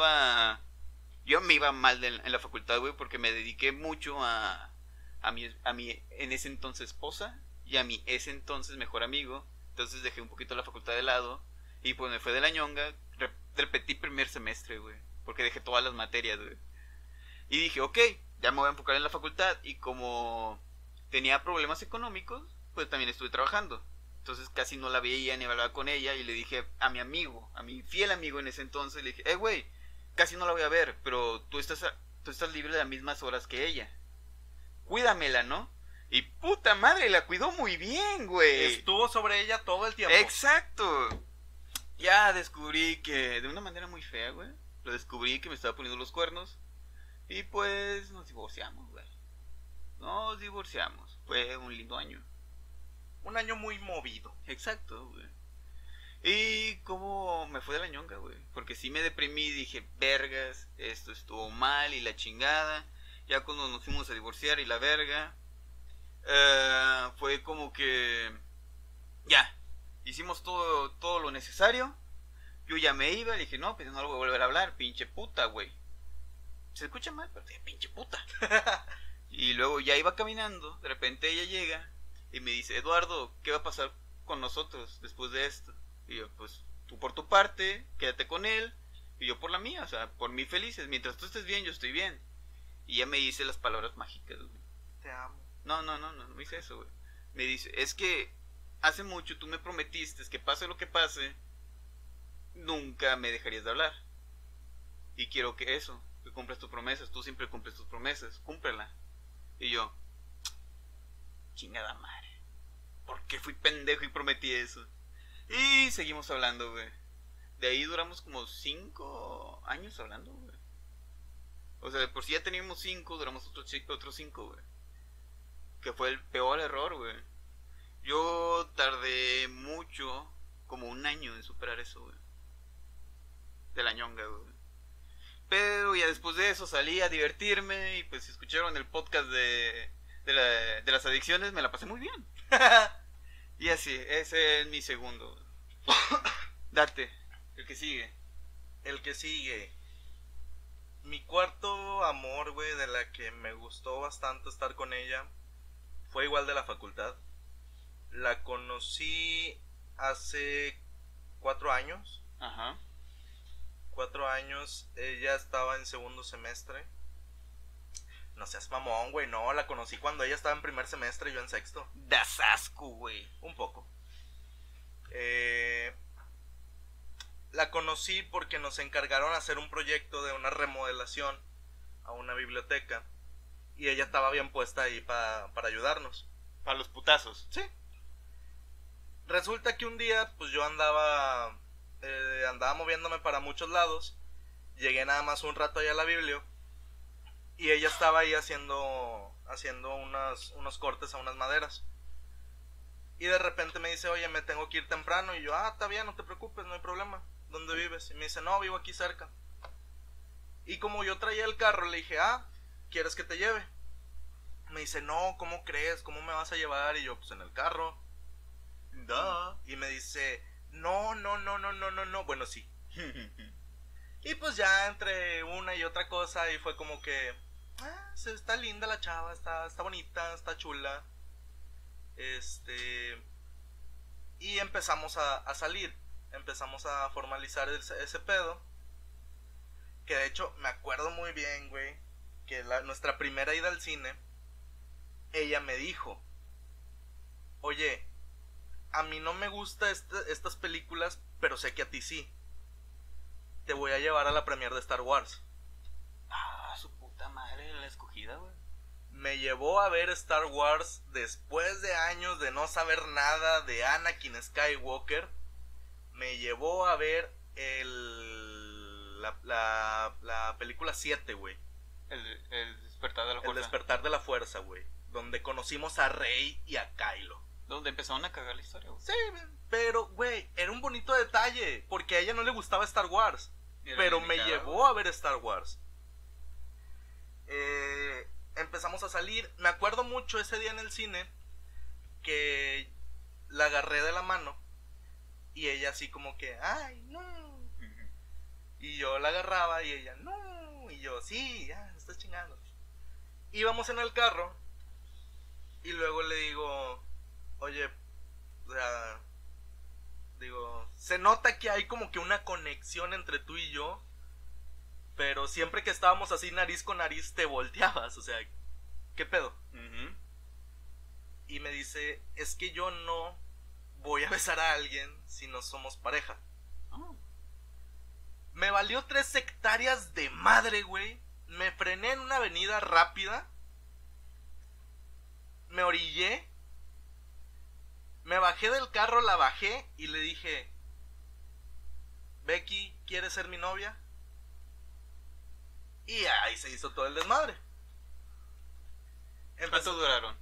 [SPEAKER 2] yo me iba mal en la facultad, güey, porque me dediqué mucho a mi en ese entonces esposa y a mi ese entonces mejor amigo. Entonces dejé un poquito la facultad de lado y pues me fue de la ñonga. Repetí primer semestre, güey, porque dejé todas las materias, güey. Y dije, ok, ya me voy a enfocar en la facultad. Y como tenía problemas económicos, pues también estuve trabajando. Entonces casi no la veía ni hablaba con ella. Y le dije a mi amigo, a mi fiel amigo en ese entonces, le dije, güey, casi no la voy a ver, pero tú estás libre de las mismas horas que ella. Cuídamela, ¿no? Y puta madre, la cuidó muy bien, güey.
[SPEAKER 1] Estuvo sobre ella todo el tiempo.
[SPEAKER 2] Exacto. Ya descubrí que, de una manera muy fea, güey, lo descubrí que me estaba poniendo los cuernos. Y pues nos divorciamos, güey. Nos divorciamos. Fue un lindo año.
[SPEAKER 1] Un año muy movido.
[SPEAKER 2] Exacto, güey. Y como me fue de la ñonga, güey. Porque sí me deprimí, dije, vergas, esto estuvo mal y la chingada. Ya cuando nos fuimos a divorciar y la verga, fue como que ya hicimos todo lo necesario. Yo ya me iba, le dije, no, pues no lo voy a volver a hablar, pinche puta, güey. Se escucha mal, pero dije, pinche puta. Y luego ya iba caminando, de repente ella llega y me dice, Eduardo, ¿qué va a pasar con nosotros después de esto? Y yo, pues tú por tu parte, quédate con él, y yo por la mía, o sea, por mí felices. Mientras tú estés bien, yo estoy bien. Y ella me dice las palabras mágicas, güey.
[SPEAKER 1] Te amo.
[SPEAKER 2] No me dice eso, güey. Me dice, es que hace mucho tú me prometiste que pase lo que pase, nunca me dejarías de hablar. Y quiero que cumplas tus promesas. Tú siempre cumples tus promesas, cúmplela. Y yo, chingada madre, ¿por qué fui pendejo y prometí eso? Y seguimos hablando, güey. De ahí duramos como 5 años hablando, güey. O sea, de por si ya teníamos 5, duramos otros 5, güey. Que fue el peor error, güey. Yo tardé mucho, como 1 año en superar eso, güey. De la ñonga, güey. Pero ya después de eso salí a divertirme. Y pues si escucharon el podcast de las adicciones, me la pasé muy bien. Y así, ese es mi segundo. Date, el que sigue.
[SPEAKER 1] El que sigue. Mi cuarto amor, güey, de la que me gustó bastante estar con ella, fue igual de la facultad. La conocí hace 4 años.
[SPEAKER 2] Ajá.
[SPEAKER 1] 4 años, ella estaba en segundo semestre. No seas mamón, güey, no, la conocí cuando ella estaba en primer semestre y yo en sexto.
[SPEAKER 2] Das asco, güey.
[SPEAKER 1] Un poco. La conocí porque nos encargaron hacer un proyecto de una remodelación a una biblioteca. Y ella estaba bien puesta ahí para ayudarnos.
[SPEAKER 2] Para los putazos.
[SPEAKER 1] Sí. Resulta que un día, pues yo andaba moviéndome para muchos lados. Llegué nada más un rato allá a la biblia. Y ella estaba ahí haciendo unos cortes a unas maderas. Y de repente me dice, oye, me tengo que ir temprano. Y yo, está bien, no te preocupes, no hay problema. ¿Dónde vives? Y me dice, no, vivo aquí cerca. Y como yo traía el carro, le dije, ¿quieres que te lleve? Me dice, no, ¿cómo crees? ¿Cómo me vas a llevar? Y yo, pues en el carro.
[SPEAKER 2] Duh.
[SPEAKER 1] Y me dice, no, bueno, sí. Y pues ya entre una y otra cosa, y fue como que, está linda la chava, está bonita, está chula. Y empezamos a salir, empezamos a formalizar ese pedo. Que de hecho me acuerdo muy bien, güey, que nuestra primera ida al cine, ella me dijo, oye, a mí no me gustan estas películas, pero sé que a ti sí. Te voy a llevar a la premiere de Star Wars.
[SPEAKER 2] Su puta madre, la escogida, güey.
[SPEAKER 1] Me llevó a ver Star Wars después de años de no saber nada de Anakin Skywalker. Me llevó a ver la película 7, güey.
[SPEAKER 2] El despertar de la fuerza.
[SPEAKER 1] El despertar de la fuerza, güey. Donde conocimos a Rey y a Kylo.
[SPEAKER 2] Donde empezaron a cagar la historia, güey.
[SPEAKER 1] Sí, pero, güey, era un bonito detalle. Porque a ella no le gustaba Star Wars. Pero me llevó a ver Star Wars. Empezamos a salir. Me acuerdo mucho ese día en el cine que la agarré de la mano y ella así como que, ay, no. Y yo la agarraba y ella, no. Y yo, sí, ya, me estás chingando. Íbamos en el carro y luego le digo, oye, o sea, digo, se nota que hay como que una conexión entre tú y yo. Pero siempre que estábamos así nariz con nariz te volteabas, o sea, ¿qué pedo? Y me dice, es que yo no voy a besar a alguien si no somos pareja. Me valió 3 hectáreas de madre, güey. Me frené en una avenida rápida. Me orillé. Me bajé del carro, la bajé y le dije, Becky, ¿quieres ser mi novia? Y ahí se hizo todo el desmadre.
[SPEAKER 2] ¿Cuánto duraron?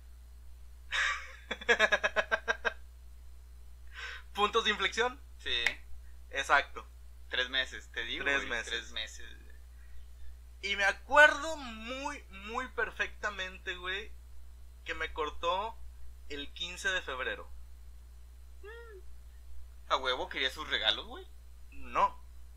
[SPEAKER 1] ¿Puntos de inflexión?
[SPEAKER 2] Sí.
[SPEAKER 1] Exacto.
[SPEAKER 2] 3 meses, te digo.
[SPEAKER 1] 3 meses.
[SPEAKER 2] 3 meses.
[SPEAKER 1] Y me acuerdo muy perfectamente, güey, que me cortó el 15 de febrero.
[SPEAKER 2] ¿A huevo quería sus regalos, güey?
[SPEAKER 1] No.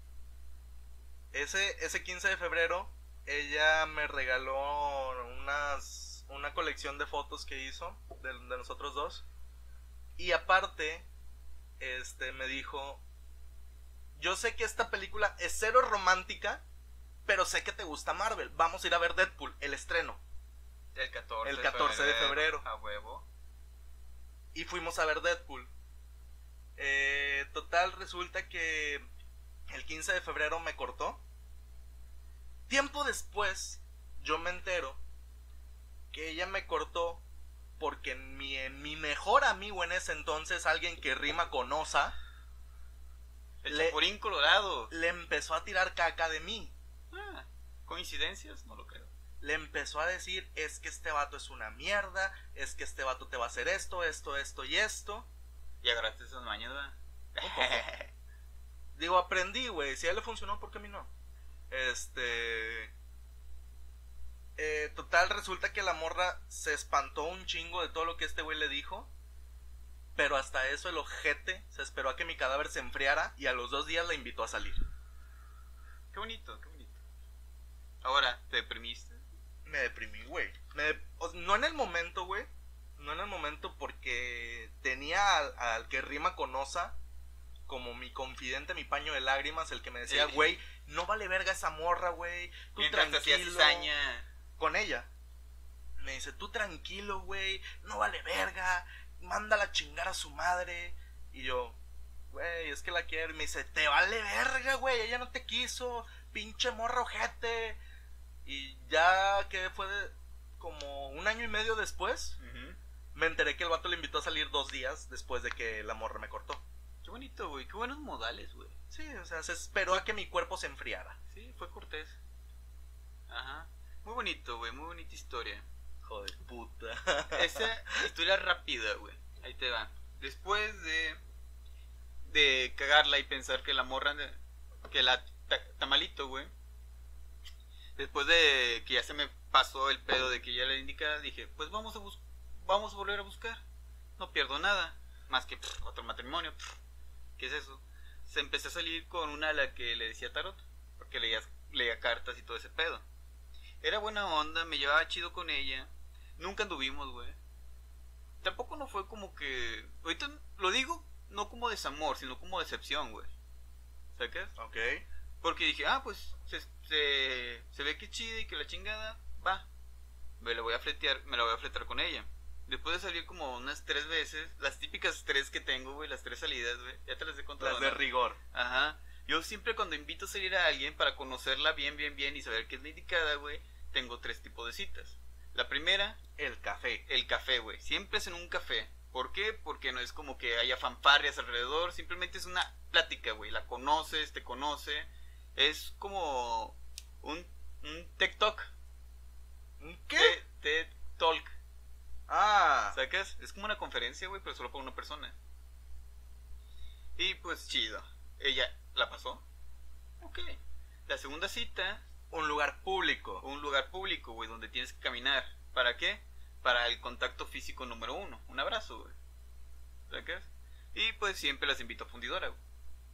[SPEAKER 1] Ese 15 de febrero ella me regaló una colección de fotos que hizo de nosotros dos. Y aparte, me dijo, yo sé que esta película es cero romántica, pero sé que te gusta Marvel. Vamos a ir a ver Deadpool, el estreno.
[SPEAKER 2] El 14,
[SPEAKER 1] el 14 de febrero.
[SPEAKER 2] A huevo.
[SPEAKER 1] Y fuimos a ver Deadpool. Total total, resulta que el 15 de febrero me cortó. Tiempo después, yo me entero que ella me cortó porque mi mejor amigo en ese entonces, alguien que rima con osa,
[SPEAKER 2] el Chapurín Colorado,
[SPEAKER 1] le empezó a tirar caca de mí.
[SPEAKER 2] ¿Coincidencias? No lo creo.
[SPEAKER 1] Le empezó a decir, es que este vato es una mierda, es que este vato te va a hacer esto, esto, esto y esto.
[SPEAKER 2] Y agarraste esas mañas, ¿verdad?
[SPEAKER 1] Digo, aprendí, güey. Si a él le funcionó, ¿por qué a mí no? Total, resulta que la morra se espantó un chingo de todo lo que este güey le dijo. Pero hasta eso el ojete se esperó a que mi cadáver se enfriara y a los 2 días la invitó a salir.
[SPEAKER 2] Qué bonito, qué bonito. Ahora, ¿te deprimiste?
[SPEAKER 1] Me deprimí, güey. No en el momento, güey. No en el momento porque tenía al que rima con osa como mi confidente, mi paño de lágrimas, el que me decía, güey, no vale verga esa morra, güey. Tú
[SPEAKER 2] mientras
[SPEAKER 1] tranquilo.
[SPEAKER 2] Te hacía cizaña.
[SPEAKER 1] Con ella. Me dice, tú tranquilo, güey. No vale verga. Mándala a chingar a su madre. Y yo, güey, es que la quiero. Y me dice, te vale verga, güey. Ella no te quiso. Pinche morra ojete. Y ya que fue como 1 año y medio después, me enteré que el vato le invitó a salir 2 días después de que la morra me cortó.
[SPEAKER 2] Qué bonito, güey. Qué buenos modales, güey.
[SPEAKER 1] Sí, o sea, se esperó a que mi cuerpo se enfriara.
[SPEAKER 2] Sí, fue cortés. Ajá. Muy bonito, güey. Muy bonita historia.
[SPEAKER 1] Joder, puta.
[SPEAKER 2] Esa historia rápida, güey. Ahí te va. Después de cagarla y pensar que la morra, que la tamalito, güey. Después de que ya se me pasó el pedo de que ya le indicaba, dije, pues vamos a volver a buscar. No pierdo nada. Más que otro matrimonio. ¿Qué es eso? Se empecé a salir con una a la que le decía tarot. Porque leía cartas y todo ese pedo. Era buena onda, me llevaba chido con ella. Nunca anduvimos, güey. Tampoco no fue como que... Ahorita lo digo no como desamor, sino como decepción, güey. ¿Sacas?
[SPEAKER 1] Ok.
[SPEAKER 2] Porque dije, pues se ve que chida y que la chingada, va. Me la voy a fletear con ella. Después de salir como unas 3 veces, las típicas 3 que tengo, güey, las 3 salidas, güey. Ya te las he contado.
[SPEAKER 1] Las de rigor.
[SPEAKER 2] Ajá. Yo siempre cuando invito a salir a alguien para conocerla bien y saber qué es la indicada, güey, tengo 3 tipos de citas. La primera,
[SPEAKER 1] el café.
[SPEAKER 2] El café, güey. Siempre es en un café. ¿Por qué? Porque no es como que haya fanfarrias alrededor. Simplemente es una plática, güey. La conoces, te conoce. Es como un TED Talk.
[SPEAKER 1] ¿Un qué?
[SPEAKER 2] TED Talk. ¿Sacas? Es como una conferencia, güey, pero solo para una persona. Y pues chido. Ella la pasó. Ok. La segunda cita.
[SPEAKER 1] Un lugar público.
[SPEAKER 2] Un lugar público, güey, donde tienes que caminar. ¿Para qué? Para el contacto físico número 1. Un abrazo, güey. ¿Sacas? Y pues siempre las invito a fundidora, güey.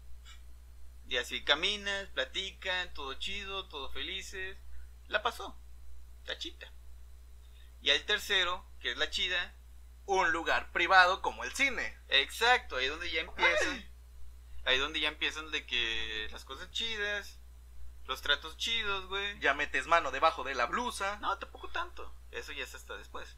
[SPEAKER 2] Y así caminas, platican, todo chido, todo felices. La pasó. Tachita. Y al tercero, que es la chida.
[SPEAKER 1] Un lugar privado como el cine.
[SPEAKER 2] Exacto, ahí donde ya empiezan. Ay. Ahí donde ya empiezan de que las cosas chidas. Los tratos chidos, güey.
[SPEAKER 1] Ya metes mano debajo de la blusa.
[SPEAKER 2] No, tampoco tanto. Eso ya es hasta después.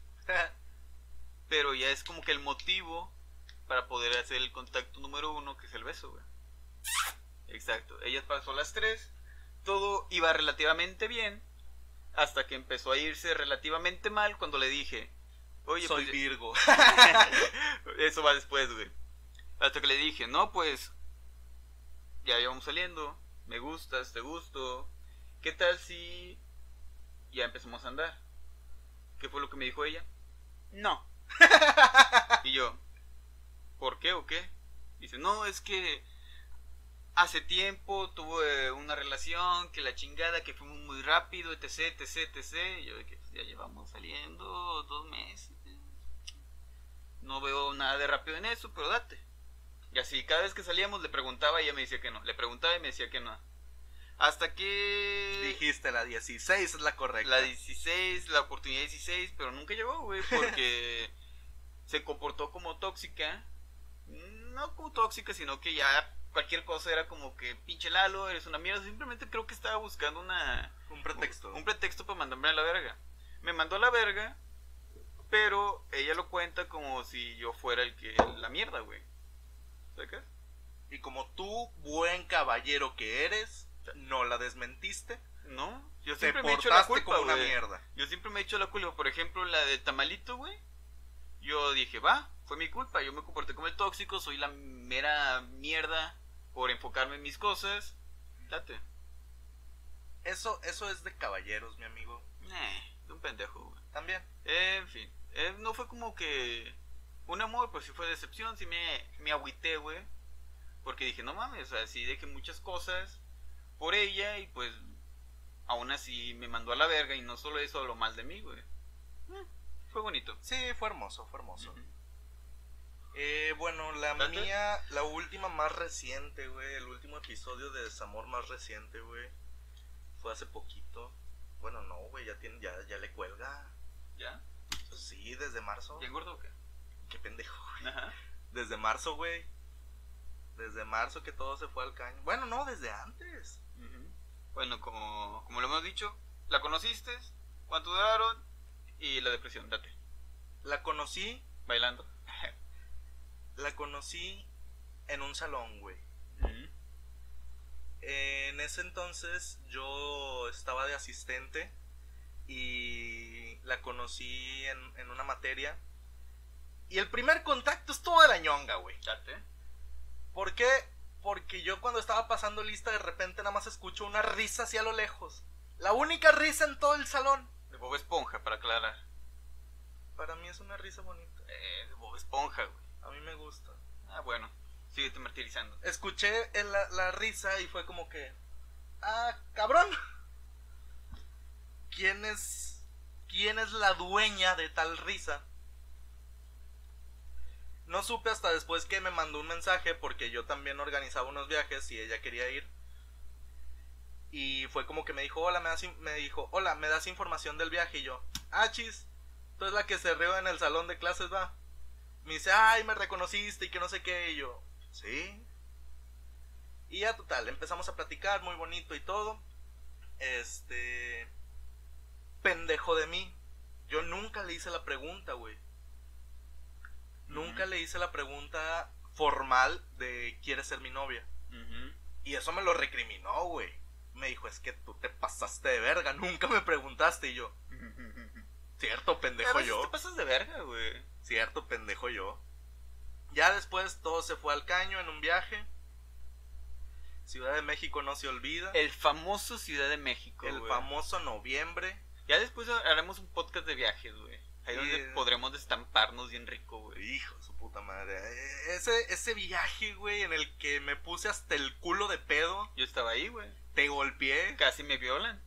[SPEAKER 2] Pero ya es como que el motivo para poder hacer el contacto número 1, que es el beso, güey. Exacto. Ella pasó las 3. Todo iba relativamente bien. Hasta que empezó a irse relativamente mal cuando le dije, oye,
[SPEAKER 1] soy
[SPEAKER 2] pues,
[SPEAKER 1] Virgo.
[SPEAKER 2] Eso va después, güey. Hasta que le dije, no, pues ya íbamos saliendo. Me gustas, te gusto. ¿Qué tal si ya empezamos a andar? ¿Qué fue lo que me dijo ella? No. Y yo, ¿por qué o qué? Dice, no, es que hace tiempo tuve una relación, que la chingada, que fuimos muy rápido, etc. Y yo, que ya llevamos saliendo 2 meses. No veo nada de rápido en eso, pero date. Y así, cada vez que salíamos le preguntaba y ella me decía que no. Le preguntaba y me decía que no. Hasta que...
[SPEAKER 1] Dijiste la 16 es la correcta.
[SPEAKER 2] La 16, la oportunidad 16, pero nunca llegó, güey, porque se comportó como tóxica. No como tóxica, sino que ya cualquier cosa era como que, pinche Lalo, eres una mierda. Simplemente creo que estaba buscando un
[SPEAKER 1] pretexto.
[SPEAKER 2] Un pretexto para mandarme a la verga. Me mandó a la verga, pero ella lo cuenta como si yo fuera la mierda, güey. ¿Sacas?
[SPEAKER 1] ¿Y como tú, buen caballero que eres, no la desmentiste.
[SPEAKER 2] No, yo
[SPEAKER 1] Te
[SPEAKER 2] siempre me he hecho la
[SPEAKER 1] portaste
[SPEAKER 2] culpa,
[SPEAKER 1] como una
[SPEAKER 2] güey.
[SPEAKER 1] mierda.
[SPEAKER 2] Yo siempre me he hecho la culpa. Por ejemplo, la de Tamalito, güey. Yo dije, va, fue mi culpa. Yo me comporté como el tóxico. Soy la mera mierda por enfocarme en mis cosas. Date.
[SPEAKER 1] Eso es de caballeros, mi amigo.
[SPEAKER 2] De un pendejo, güey.
[SPEAKER 1] También.
[SPEAKER 2] En fin. No fue como que un amor, pues sí fue decepción. Sí me agüité, güey. Porque dije, no mames, o sea, sí dejé muchas cosas por ella y pues aún así me mandó a la verga. Y no solo eso, habló mal de mí, güey. Fue bonito.
[SPEAKER 1] Sí, fue hermoso, fue hermoso.
[SPEAKER 2] Uh-huh.
[SPEAKER 1] Bueno, la
[SPEAKER 2] ¿Date?
[SPEAKER 1] mía, la última más reciente, güey, el último episodio de Desamor más reciente, güey, fue hace poquito. Bueno, no, güey, ya le cuelga.
[SPEAKER 2] ¿Ya?
[SPEAKER 1] Pues sí, desde marzo.
[SPEAKER 2] ¿Bien gordo o qué?
[SPEAKER 1] Qué pendejo, güey.
[SPEAKER 2] Ajá.
[SPEAKER 1] Desde marzo, güey. Desde marzo que todo se fue al caño. Bueno, no, desde antes.
[SPEAKER 2] Uh-huh. Bueno, como lo hemos dicho, la conociste, cuánto duraron y la depresión, date.
[SPEAKER 1] La conocí
[SPEAKER 2] Bailando.
[SPEAKER 1] en un salón, güey.
[SPEAKER 2] Uh-huh.
[SPEAKER 1] En ese entonces yo estaba de asistente y la conocí en una materia. Y el primer contacto estuvo de la ñonga, güey.
[SPEAKER 2] Date.
[SPEAKER 1] ¿Por qué? Porque yo cuando estaba pasando lista de repente nada más escucho una risa hacia lo lejos. La única risa en todo el salón.
[SPEAKER 2] De Bob Esponja, para aclarar.
[SPEAKER 1] Para mí es una risa bonita.
[SPEAKER 2] De Bob Esponja, güey.
[SPEAKER 1] A mí me gusta.
[SPEAKER 2] Ah, bueno. Síguete martirizando.
[SPEAKER 1] Escuché la risa y fue como que... Ah, cabrón. ¿Quién es la dueña de tal risa? No supe hasta después que me mandó un mensaje porque yo también organizaba unos viajes y ella quería ir. Y fue como que me dijo, hola, ¿me das información del viaje? Y yo, chis, tú es la que se rió en el salón de clases, va. Me dice, ay, me reconociste y que no sé qué. Y yo, sí. Y ya total, empezamos a platicar, muy bonito y todo. Pendejo de mí. Yo nunca le hice la pregunta, güey. Nunca le hice la pregunta formal de ¿quieres ser mi novia?
[SPEAKER 2] Uh-huh.
[SPEAKER 1] Y eso me lo recriminó, güey. Me dijo, es que tú te pasaste de verga, nunca me preguntaste. Y yo, cierto, pendejo yo.
[SPEAKER 2] Te pasas de verga, güey.
[SPEAKER 1] Cierto, pendejo yo. Ya después todo se fue al caño en un viaje. Ciudad de México no se olvida.
[SPEAKER 2] El famoso Ciudad de México,
[SPEAKER 1] El
[SPEAKER 2] güey.
[SPEAKER 1] famoso noviembre.
[SPEAKER 2] Ya después haremos un podcast de viajes, güey. Ahí
[SPEAKER 1] Sí.
[SPEAKER 2] donde podremos destamparnos bien rico, güey.
[SPEAKER 1] Hijo de su puta madre. Ese viaje, güey, en el que me puse hasta el culo de pedo.
[SPEAKER 2] Yo estaba ahí, güey.
[SPEAKER 1] Te golpeé.
[SPEAKER 2] Casi me violan.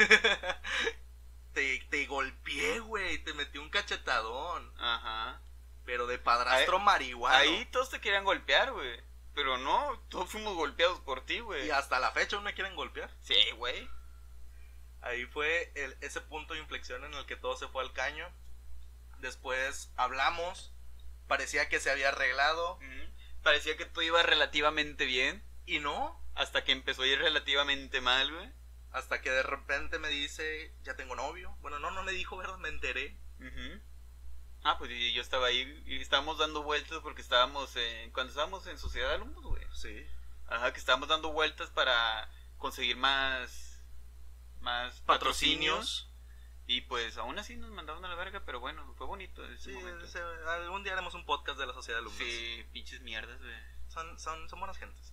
[SPEAKER 1] te golpeé, güey. Te metí un cachetadón.
[SPEAKER 2] Ajá.
[SPEAKER 1] Pero de padrastro marihuana.
[SPEAKER 2] Ahí todos te querían golpear, güey. Pero no, todos fuimos golpeados por ti, güey.
[SPEAKER 1] Y hasta la fecha aún me quieren golpear.
[SPEAKER 2] Sí, güey.
[SPEAKER 1] Ahí fue ese punto de inflexión en el que todo se fue al caño. Después hablamos. Parecía que se había arreglado.
[SPEAKER 2] Parecía que todo iba relativamente bien.
[SPEAKER 1] Y no.
[SPEAKER 2] Hasta que empezó a ir relativamente mal, güey.
[SPEAKER 1] Hasta que de repente me dice, ya tengo novio. Bueno, no me dijo, ¿verdad? Me enteré.
[SPEAKER 2] Uh-huh. Pues y yo estaba ahí y estábamos dando vueltas porque cuando estábamos en Sociedad de Alumnos, güey.
[SPEAKER 1] Sí.
[SPEAKER 2] Ajá, que estábamos dando vueltas para conseguir más patrocinios. Y pues aún así nos mandaron a la verga, pero bueno, fue bonito ese momento.
[SPEAKER 1] Algún día haremos un podcast de la Sociedad de Alumnos.
[SPEAKER 2] Sí, pinches mierdas, güey.
[SPEAKER 1] Son buenas gentes.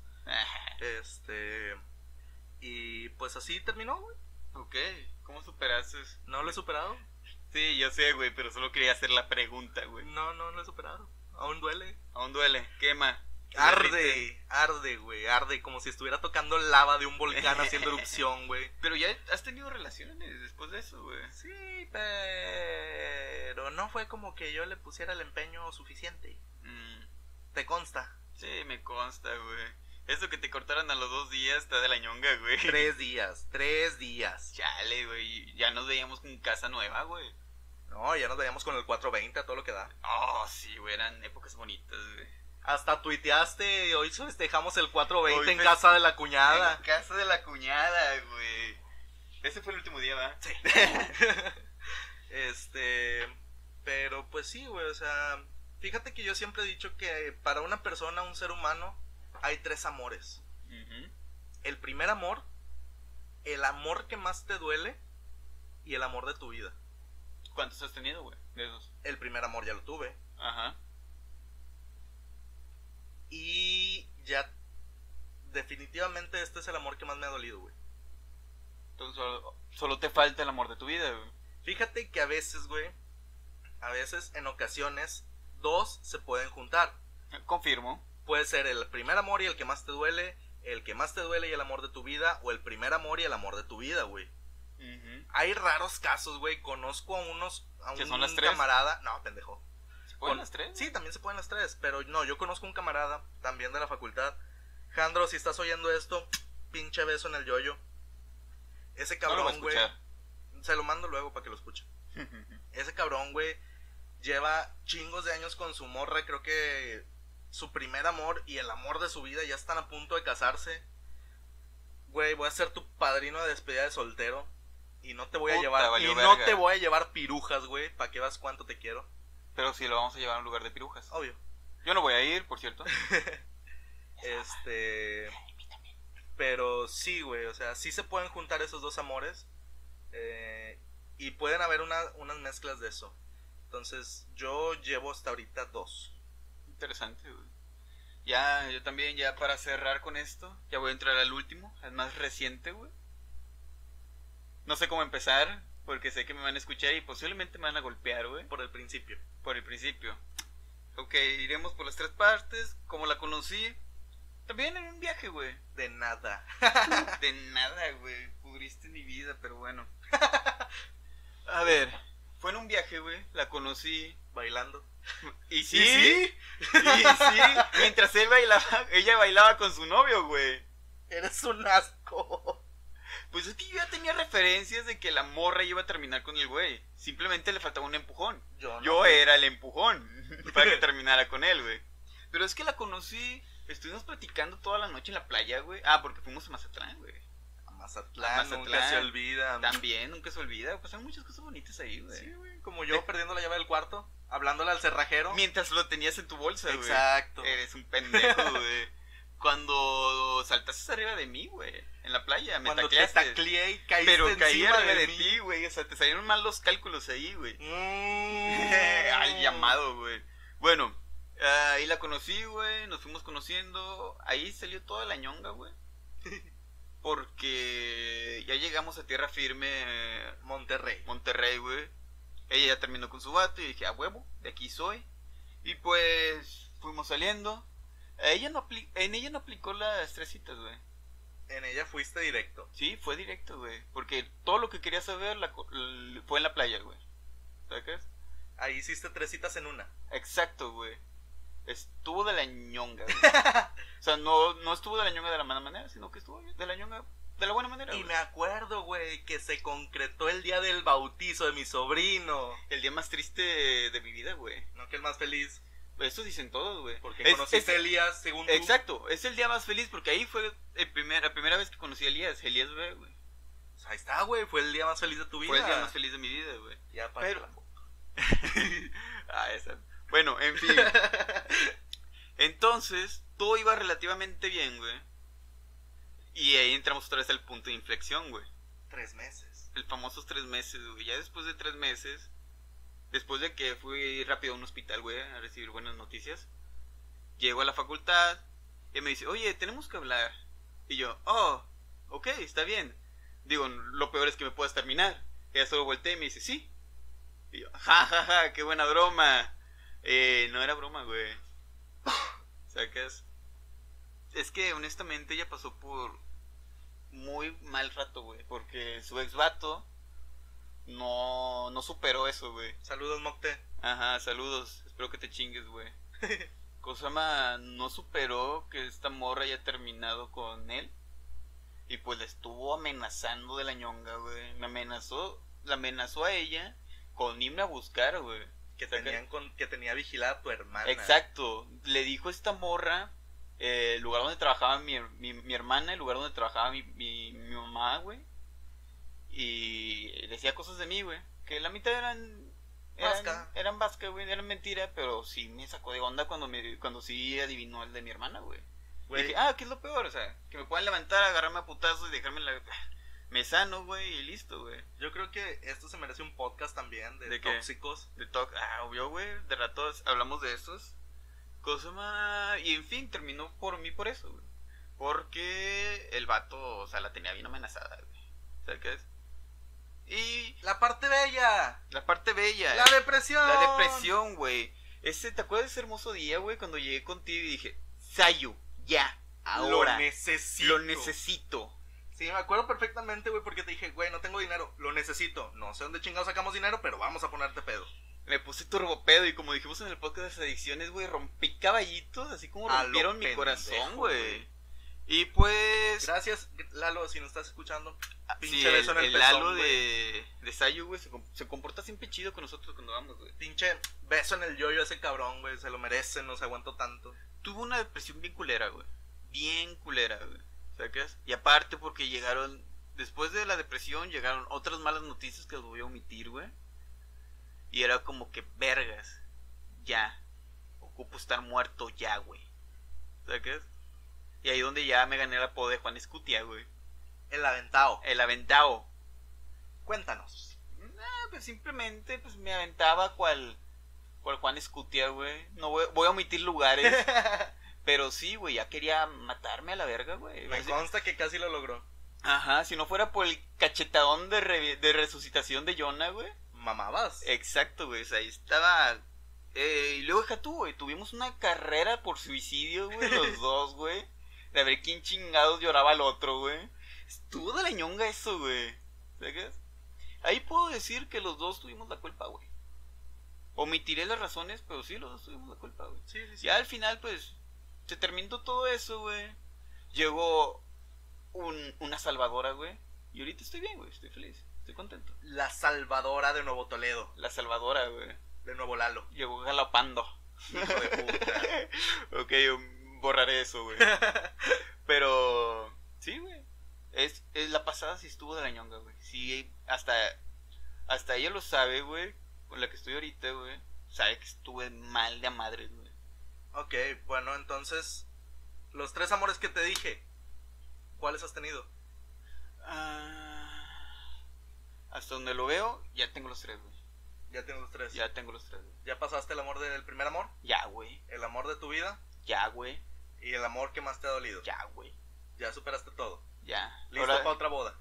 [SPEAKER 1] Y pues así terminó, güey.
[SPEAKER 2] Ok, ¿cómo superaste?
[SPEAKER 1] ¿No lo he superado?
[SPEAKER 2] Sí, yo sé, güey, pero solo quería hacer la pregunta, güey.
[SPEAKER 1] No lo he superado. Aún duele.
[SPEAKER 2] Aún duele, quema.
[SPEAKER 1] Arde, güey. Arde como si estuviera tocando lava de un volcán haciendo erupción, güey.
[SPEAKER 2] Pero ya has tenido relaciones después de eso, güey.
[SPEAKER 1] Sí, pero no fue como que yo le pusiera el empeño suficiente. ¿Te consta?
[SPEAKER 2] Sí, me consta, güey. Eso que te cortaran a los 2 días está de la ñonga, güey.
[SPEAKER 1] 3 días.
[SPEAKER 2] Chale, güey. Ya nos veíamos con casa nueva, güey.
[SPEAKER 1] No, ya nos veíamos con el 420 a todo lo que da.
[SPEAKER 2] Oh, sí, güey. Eran épocas bonitas, güey.
[SPEAKER 1] Hasta tuiteaste, hoy festejamos el 420 en casa de la cuñada.
[SPEAKER 2] En casa de la cuñada, güey. Ese fue el último día, ¿verdad?
[SPEAKER 1] Sí. Pero pues sí, güey, o sea, fíjate que yo siempre he dicho que para una persona, un ser humano, hay 3 amores.
[SPEAKER 2] Ujú.
[SPEAKER 1] El primer amor, el amor que más te duele y el amor de tu vida.
[SPEAKER 2] ¿Cuántos has tenido, güey? De esos.
[SPEAKER 1] El primer amor ya lo tuve.
[SPEAKER 2] Ajá.
[SPEAKER 1] Y ya definitivamente este es el amor que más me ha dolido, güey.
[SPEAKER 2] Entonces solo te falta el amor de tu vida, güey.
[SPEAKER 1] Fíjate que a veces, güey, en ocasiones, 2 se pueden juntar.
[SPEAKER 2] Confirmo.
[SPEAKER 1] Puede ser el primer amor y el que más te duele, el que más te duele y el amor de tu vida, o el primer amor y el amor de tu vida, güey.
[SPEAKER 2] Ujú.
[SPEAKER 1] Hay raros casos, güey. Conozco a
[SPEAKER 2] ¿Que
[SPEAKER 1] un
[SPEAKER 2] son las 3?
[SPEAKER 1] camarada. No, pendejo.
[SPEAKER 2] ¿Se pueden las 3?
[SPEAKER 1] Sí, también se pueden las 3. Pero no, yo conozco un camarada también de la facultad. Jandro, si estás oyendo esto, pinche beso en el yoyo. Ese
[SPEAKER 2] No lo voy a
[SPEAKER 1] cabrón, güey.
[SPEAKER 2] escuchar.
[SPEAKER 1] Se lo mando luego para que lo escuche. Ese cabrón, güey, lleva chingos de años con su morra. Creo que su primer amor y el amor de su vida ya están a punto de casarse. Güey, voy a ser tu padrino de despedida de soltero. Y no te voy a
[SPEAKER 2] Puta,
[SPEAKER 1] llevar.
[SPEAKER 2] valió
[SPEAKER 1] Y no
[SPEAKER 2] verga.
[SPEAKER 1] te voy a llevar pirujas, güey. Para que veas cuánto te quiero.
[SPEAKER 2] Pero sí lo vamos a llevar a un lugar de pirujas.
[SPEAKER 1] Obvio.
[SPEAKER 2] Yo no voy a ir, por cierto.
[SPEAKER 1] Pero sí, güey. O sea, sí se pueden juntar esos 2 amores. Y pueden haber unas mezclas de eso. Entonces, yo llevo hasta ahorita 2.
[SPEAKER 2] Interesante, güey. Ya, yo también, ya para cerrar con esto, ya voy a entrar al último, al más reciente, güey. No sé cómo empezar, porque sé que me van a escuchar y posiblemente me van a golpear, güey.
[SPEAKER 1] Por el principio.
[SPEAKER 2] Por el principio. Ok, iremos por las 3 partes. Como la conocí, también en un viaje, güey.
[SPEAKER 1] De nada.
[SPEAKER 2] De nada, güey. Pudriste mi vida, pero bueno. A ver, fue en un viaje, güey. La conocí.
[SPEAKER 1] Bailando.
[SPEAKER 2] Y sí. Mientras ella bailaba con su novio, güey.
[SPEAKER 1] Eres un asco.
[SPEAKER 2] Pues es que yo ya tenía referencias de que la morra iba a terminar con el güey. Simplemente le faltaba un empujón. Yo era el empujón para que terminara con él, güey. Pero es que la conocí, estuvimos platicando toda la noche en la playa, güey. Ah, porque fuimos a Mazatlán, güey.
[SPEAKER 1] A Mazatlán, nunca se olvida.
[SPEAKER 2] También, nunca se olvida. Pasan muchas cosas bonitas ahí, güey.
[SPEAKER 1] Sí, güey. Como yo perdiendo la llave del cuarto, hablándole al cerrajero.
[SPEAKER 2] Mientras lo tenías en tu bolsa, güey.
[SPEAKER 1] Exacto.
[SPEAKER 2] Eres un pendejo, güey. Cuando saltaste arriba de mí, güey, en la playa, me
[SPEAKER 1] Cuando
[SPEAKER 2] tacleaste.
[SPEAKER 1] te tacleé y caíste
[SPEAKER 2] Pero caí
[SPEAKER 1] encima
[SPEAKER 2] arriba de
[SPEAKER 1] mí.
[SPEAKER 2] ti, güey. O sea, te salieron mal los cálculos ahí, güey. Al llamado, güey. Bueno, ahí la conocí, güey. Nos fuimos conociendo. Ahí salió toda la ñonga, güey. Porque ya llegamos a tierra firme. Monterrey, güey. Ella ya terminó con su vato y dije, a huevo, de aquí soy. Y pues fuimos saliendo. En ella no aplicó las 3 citas, güey.
[SPEAKER 1] En ella fuiste directo.
[SPEAKER 2] Sí, fue directo, güey. Porque todo lo que quería saber fue en la playa, güey. ¿Sabes qué es?
[SPEAKER 1] Ahí hiciste 3 citas en una.
[SPEAKER 2] Exacto, güey. Estuvo de la ñonga, güey. O sea, no estuvo de la ñonga de la mala manera, sino que estuvo de la ñonga de la buena manera,
[SPEAKER 1] Y
[SPEAKER 2] güey.
[SPEAKER 1] me acuerdo, güey, que se concretó el día del bautizo de mi sobrino.
[SPEAKER 2] El día más triste de mi vida, güey.
[SPEAKER 1] No que el más feliz.
[SPEAKER 2] Eso dicen todos, güey.
[SPEAKER 1] Porque conociste a Elías, según tú.
[SPEAKER 2] Exacto, es el día más feliz porque ahí fue la primera vez que conocí a Elías B, güey.
[SPEAKER 1] Pues ahí está, güey, fue el día más feliz de tu vida.
[SPEAKER 2] Fue el día más feliz de mi vida, güey.
[SPEAKER 1] Ya para
[SPEAKER 2] Pero-
[SPEAKER 1] la foto.
[SPEAKER 2] Esa. Bueno, en fin. Entonces, todo iba relativamente bien, güey. Y ahí entramos otra vez al punto de inflexión, güey.
[SPEAKER 1] 3 meses.
[SPEAKER 2] El famosos 3 meses, güey. Ya después de 3 meses, después de que fui rápido a un hospital, güey, a recibir buenas noticias, llego a la facultad y me dice, oye, tenemos que hablar. Y yo, oh, ok, está bien. Digo, lo peor es que me puedas terminar. Ella solo voltea y me dice, sí. Y yo, ja, qué buena broma. No era broma, güey. ¿Sacas? Es que honestamente ella pasó por muy mal rato, güey. Porque su ex vato no superó eso, güey.
[SPEAKER 1] Saludos, Mocte.
[SPEAKER 2] Ajá, saludos. Espero que te chingues, güey. Kosama no superó que esta morra haya terminado con él. Y pues le estuvo amenazando de la ñonga, güey. La amenazó a ella con irme a buscar, güey.
[SPEAKER 1] Que tenía vigilada a tu hermana.
[SPEAKER 2] Exacto. Le dijo esta morra el lugar donde trabajaba mi hermana, el lugar donde trabajaba mi mamá, güey. Y decía cosas de mí, güey. Que la mitad eran vasca, güey. Eran mentira, pero sí me sacó de onda cuando sí adivinó el de mi hermana, güey.
[SPEAKER 1] Güey.
[SPEAKER 2] Dije, ¿qué es lo peor? O sea, que me puedan levantar, agarrarme a putazos y dejarme en la... Me sano, güey, y listo, güey.
[SPEAKER 1] Yo creo que esto se merece un podcast también de
[SPEAKER 2] ¿De qué?
[SPEAKER 1] tóxicos.
[SPEAKER 2] Obvio, güey, de ratos hablamos de esos. Cosa más... Y en fin, terminó por mí por eso, güey. Porque el vato, o sea, la tenía bien amenazada, güey. ¿Sabes qué es? Y...
[SPEAKER 1] La parte bella.
[SPEAKER 2] La parte bella.
[SPEAKER 1] La depresión.
[SPEAKER 2] La depresión, güey. ¿Te acuerdas de ese hermoso día, güey? Cuando llegué contigo y dije, Sayu, ya, ahora.
[SPEAKER 1] Lo necesito.
[SPEAKER 2] Lo necesito.
[SPEAKER 1] Sí, me acuerdo perfectamente, güey, porque te dije, güey, no tengo dinero, lo necesito. No sé dónde chingados sacamos dinero, pero vamos a ponerte pedo.
[SPEAKER 2] Me puse turbopedo y como dijimos en el podcast de las adicciones, güey, rompí caballitos, así como rompieron mi corazón, güey. Y pues...
[SPEAKER 1] Gracias, Lalo, si nos estás escuchando.
[SPEAKER 2] Pinche sí, beso en el pezón, Lalo de Sayu, güey, se comporta siempre chido con nosotros cuando vamos, güey.
[SPEAKER 1] Pinche beso en el yoyo a ese cabrón, güey, se lo merece, no se aguantó tanto.
[SPEAKER 2] Tuvo una depresión bien culera, güey. Bien culera, güey. ¿Sabes? Y aparte porque llegaron, después de la depresión, llegaron otras malas noticias que los voy a omitir, güey. Y era como que, vergas, ya, ocupo estar muerto ya, güey. ¿Sabes? Y ahí donde ya me gané el apodo de Juan Escutia, güey.
[SPEAKER 1] El aventado.
[SPEAKER 2] El aventado.
[SPEAKER 1] Cuéntanos.
[SPEAKER 2] Pues simplemente pues me aventaba cual Juan Escutia, güey. No voy a omitir lugares. Pero sí, güey, ya quería matarme a la verga, güey.
[SPEAKER 1] Me consta que casi lo logró.
[SPEAKER 2] Ajá, si no fuera por el cachetadón de resucitación de Jonah, güey.
[SPEAKER 1] Mamabas.
[SPEAKER 2] Exacto, güey, o sea, ahí estaba... y luego deja tú, güey, tuvimos una carrera por suicidio, güey, los dos, güey. De ver quién chingados lloraba al otro, güey. Estuvo de la ñonga eso, güey. ¿Sabes? Ahí puedo decir que los dos tuvimos la culpa, güey. Omitiré las razones, pero sí, los dos tuvimos la culpa, güey.
[SPEAKER 1] Sí.
[SPEAKER 2] Ya al final, pues... Se terminó todo eso, güey. Llegó una salvadora, güey. Y ahorita estoy bien, güey. Estoy feliz. Estoy contento.
[SPEAKER 1] La salvadora de Nuevo Toledo.
[SPEAKER 2] La salvadora, güey.
[SPEAKER 1] De Nuevo Lalo.
[SPEAKER 2] Llegó galopando.
[SPEAKER 1] Hijo de puta.
[SPEAKER 2] Ok, borraré eso, güey. Pero... Sí, güey. La pasada sí estuvo de la ñonga, güey. Sí, hasta ella lo sabe, güey. Con la que estoy ahorita, güey. Sabe que estuve mal de a madres, güey.
[SPEAKER 1] Ok, bueno, entonces, los 3 amores que te dije, ¿cuáles has tenido?
[SPEAKER 2] Hasta donde lo veo, ya tengo los 3, güey.
[SPEAKER 1] Ya tengo los 3.
[SPEAKER 2] Ya tengo los 3, güey.
[SPEAKER 1] ¿Ya pasaste el amor del primer amor?
[SPEAKER 2] Ya, güey.
[SPEAKER 1] ¿El amor de tu vida?
[SPEAKER 2] Ya, güey.
[SPEAKER 1] ¿Y el amor que más te ha dolido?
[SPEAKER 2] Ya, güey.
[SPEAKER 1] ¿Ya superaste todo?
[SPEAKER 2] Ya.
[SPEAKER 1] ¿Listo para otra boda?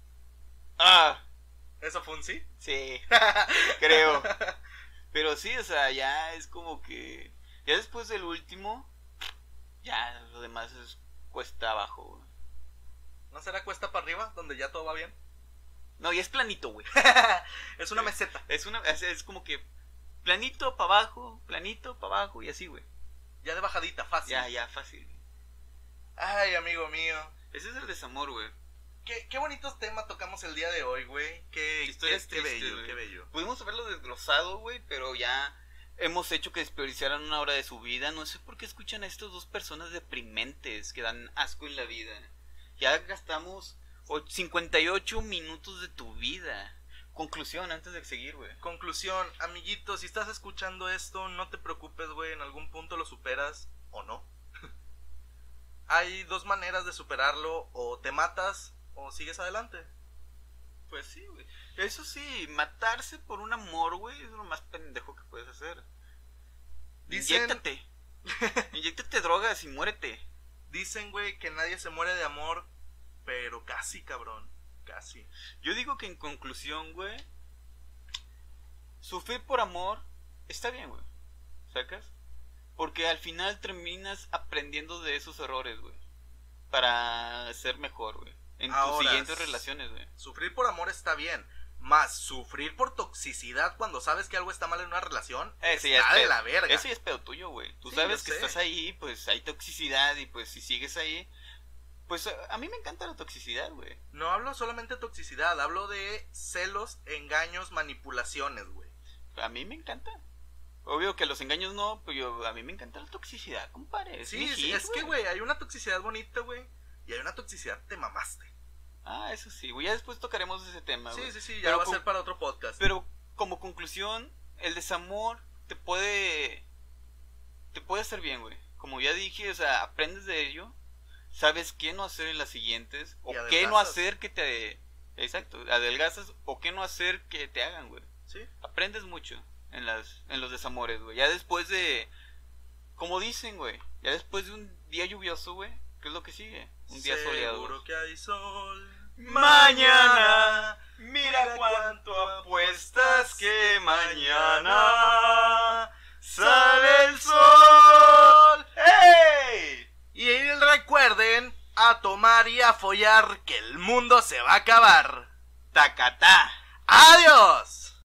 [SPEAKER 1] ¿Eso fue un sí?
[SPEAKER 2] Sí, creo. Pero sí, o sea, ya es como que... Ya después del último, ya lo demás es cuesta abajo, güey.
[SPEAKER 1] ¿No será cuesta para arriba, donde ya todo va bien?
[SPEAKER 2] No, ya es planito, güey.
[SPEAKER 1] Es una meseta.
[SPEAKER 2] Es como que planito para abajo y así, güey.
[SPEAKER 1] Ya de bajadita, fácil.
[SPEAKER 2] Ya, fácil.
[SPEAKER 1] Ay, amigo mío.
[SPEAKER 2] Ese es el desamor, güey.
[SPEAKER 1] Qué bonitos temas tocamos el día de hoy, güey. Qué bello, qué bello.
[SPEAKER 2] Pudimos haberlo desglosado, güey, pero ya... Hemos hecho que desperdiciaran una hora de su vida. No sé por qué escuchan a estas dos personas deprimentes que dan asco en la vida. Ya gastamos 58 minutos de tu vida. Conclusión, antes de seguir, güey.
[SPEAKER 1] Conclusión, amiguito, si estás escuchando esto, no te preocupes, güey. En algún punto lo superas o no. Hay 2 maneras de superarlo. O te matas o sigues adelante.
[SPEAKER 2] Pues sí, güey. Eso sí, matarse por un amor, güey, es lo más pendejo que puedes hacer. Inyéctate. Inyéctate drogas y muérete.
[SPEAKER 1] Dicen, güey, que nadie se muere de amor, pero casi, cabrón. Casi.
[SPEAKER 2] Yo digo que en conclusión, güey, sufrir por amor está bien, güey. ¿Sacas? Porque al final terminas aprendiendo de esos errores, güey. Para ser mejor, güey. En tus siguientes relaciones, güey.
[SPEAKER 1] Sufrir por amor está bien. Más sufrir por toxicidad cuando sabes que algo está mal en una relación está de la verga.
[SPEAKER 2] Eso ya es pedo tuyo, güey. Tú sabes que estás ahí, pues hay toxicidad. Y pues si sigues ahí, pues a mí me encanta la toxicidad, güey.
[SPEAKER 1] No hablo solamente de toxicidad, hablo de celos, engaños, manipulaciones, güey.
[SPEAKER 2] A mí me encanta. Obvio que los engaños no, pero a mí me encanta la toxicidad, compadre.
[SPEAKER 1] Sí, es que, güey, hay una toxicidad bonita, güey. Y hay una toxicidad, te mamaste.
[SPEAKER 2] Eso sí, güey, ya después tocaremos ese tema, güey.
[SPEAKER 1] Sí, ya va a ser para otro podcast.
[SPEAKER 2] Pero como conclusión, el desamor te puede hacer bien, güey. como ya dije, o sea, aprendes de ello, sabes qué no hacer en las siguientes, o
[SPEAKER 1] Y
[SPEAKER 2] qué no
[SPEAKER 1] adelgazas.
[SPEAKER 2] hacer que te... Exacto, adelgazas, o qué no hacer que te hagan, güey.
[SPEAKER 1] Sí.
[SPEAKER 2] Aprendes mucho en los desamores, güey. Ya después de... Como dicen, güey, ya después de un día lluvioso, güey, ¿qué es lo que sigue? Un día soleado.
[SPEAKER 1] Seguro que hay sol.
[SPEAKER 2] Mañana, mira cuánto apuestas que mañana sale el sol. ¡Hey!
[SPEAKER 1] Y recuerden a tomar y a follar que el mundo se va a acabar.
[SPEAKER 2] Tacatá.
[SPEAKER 1] ¡Adiós!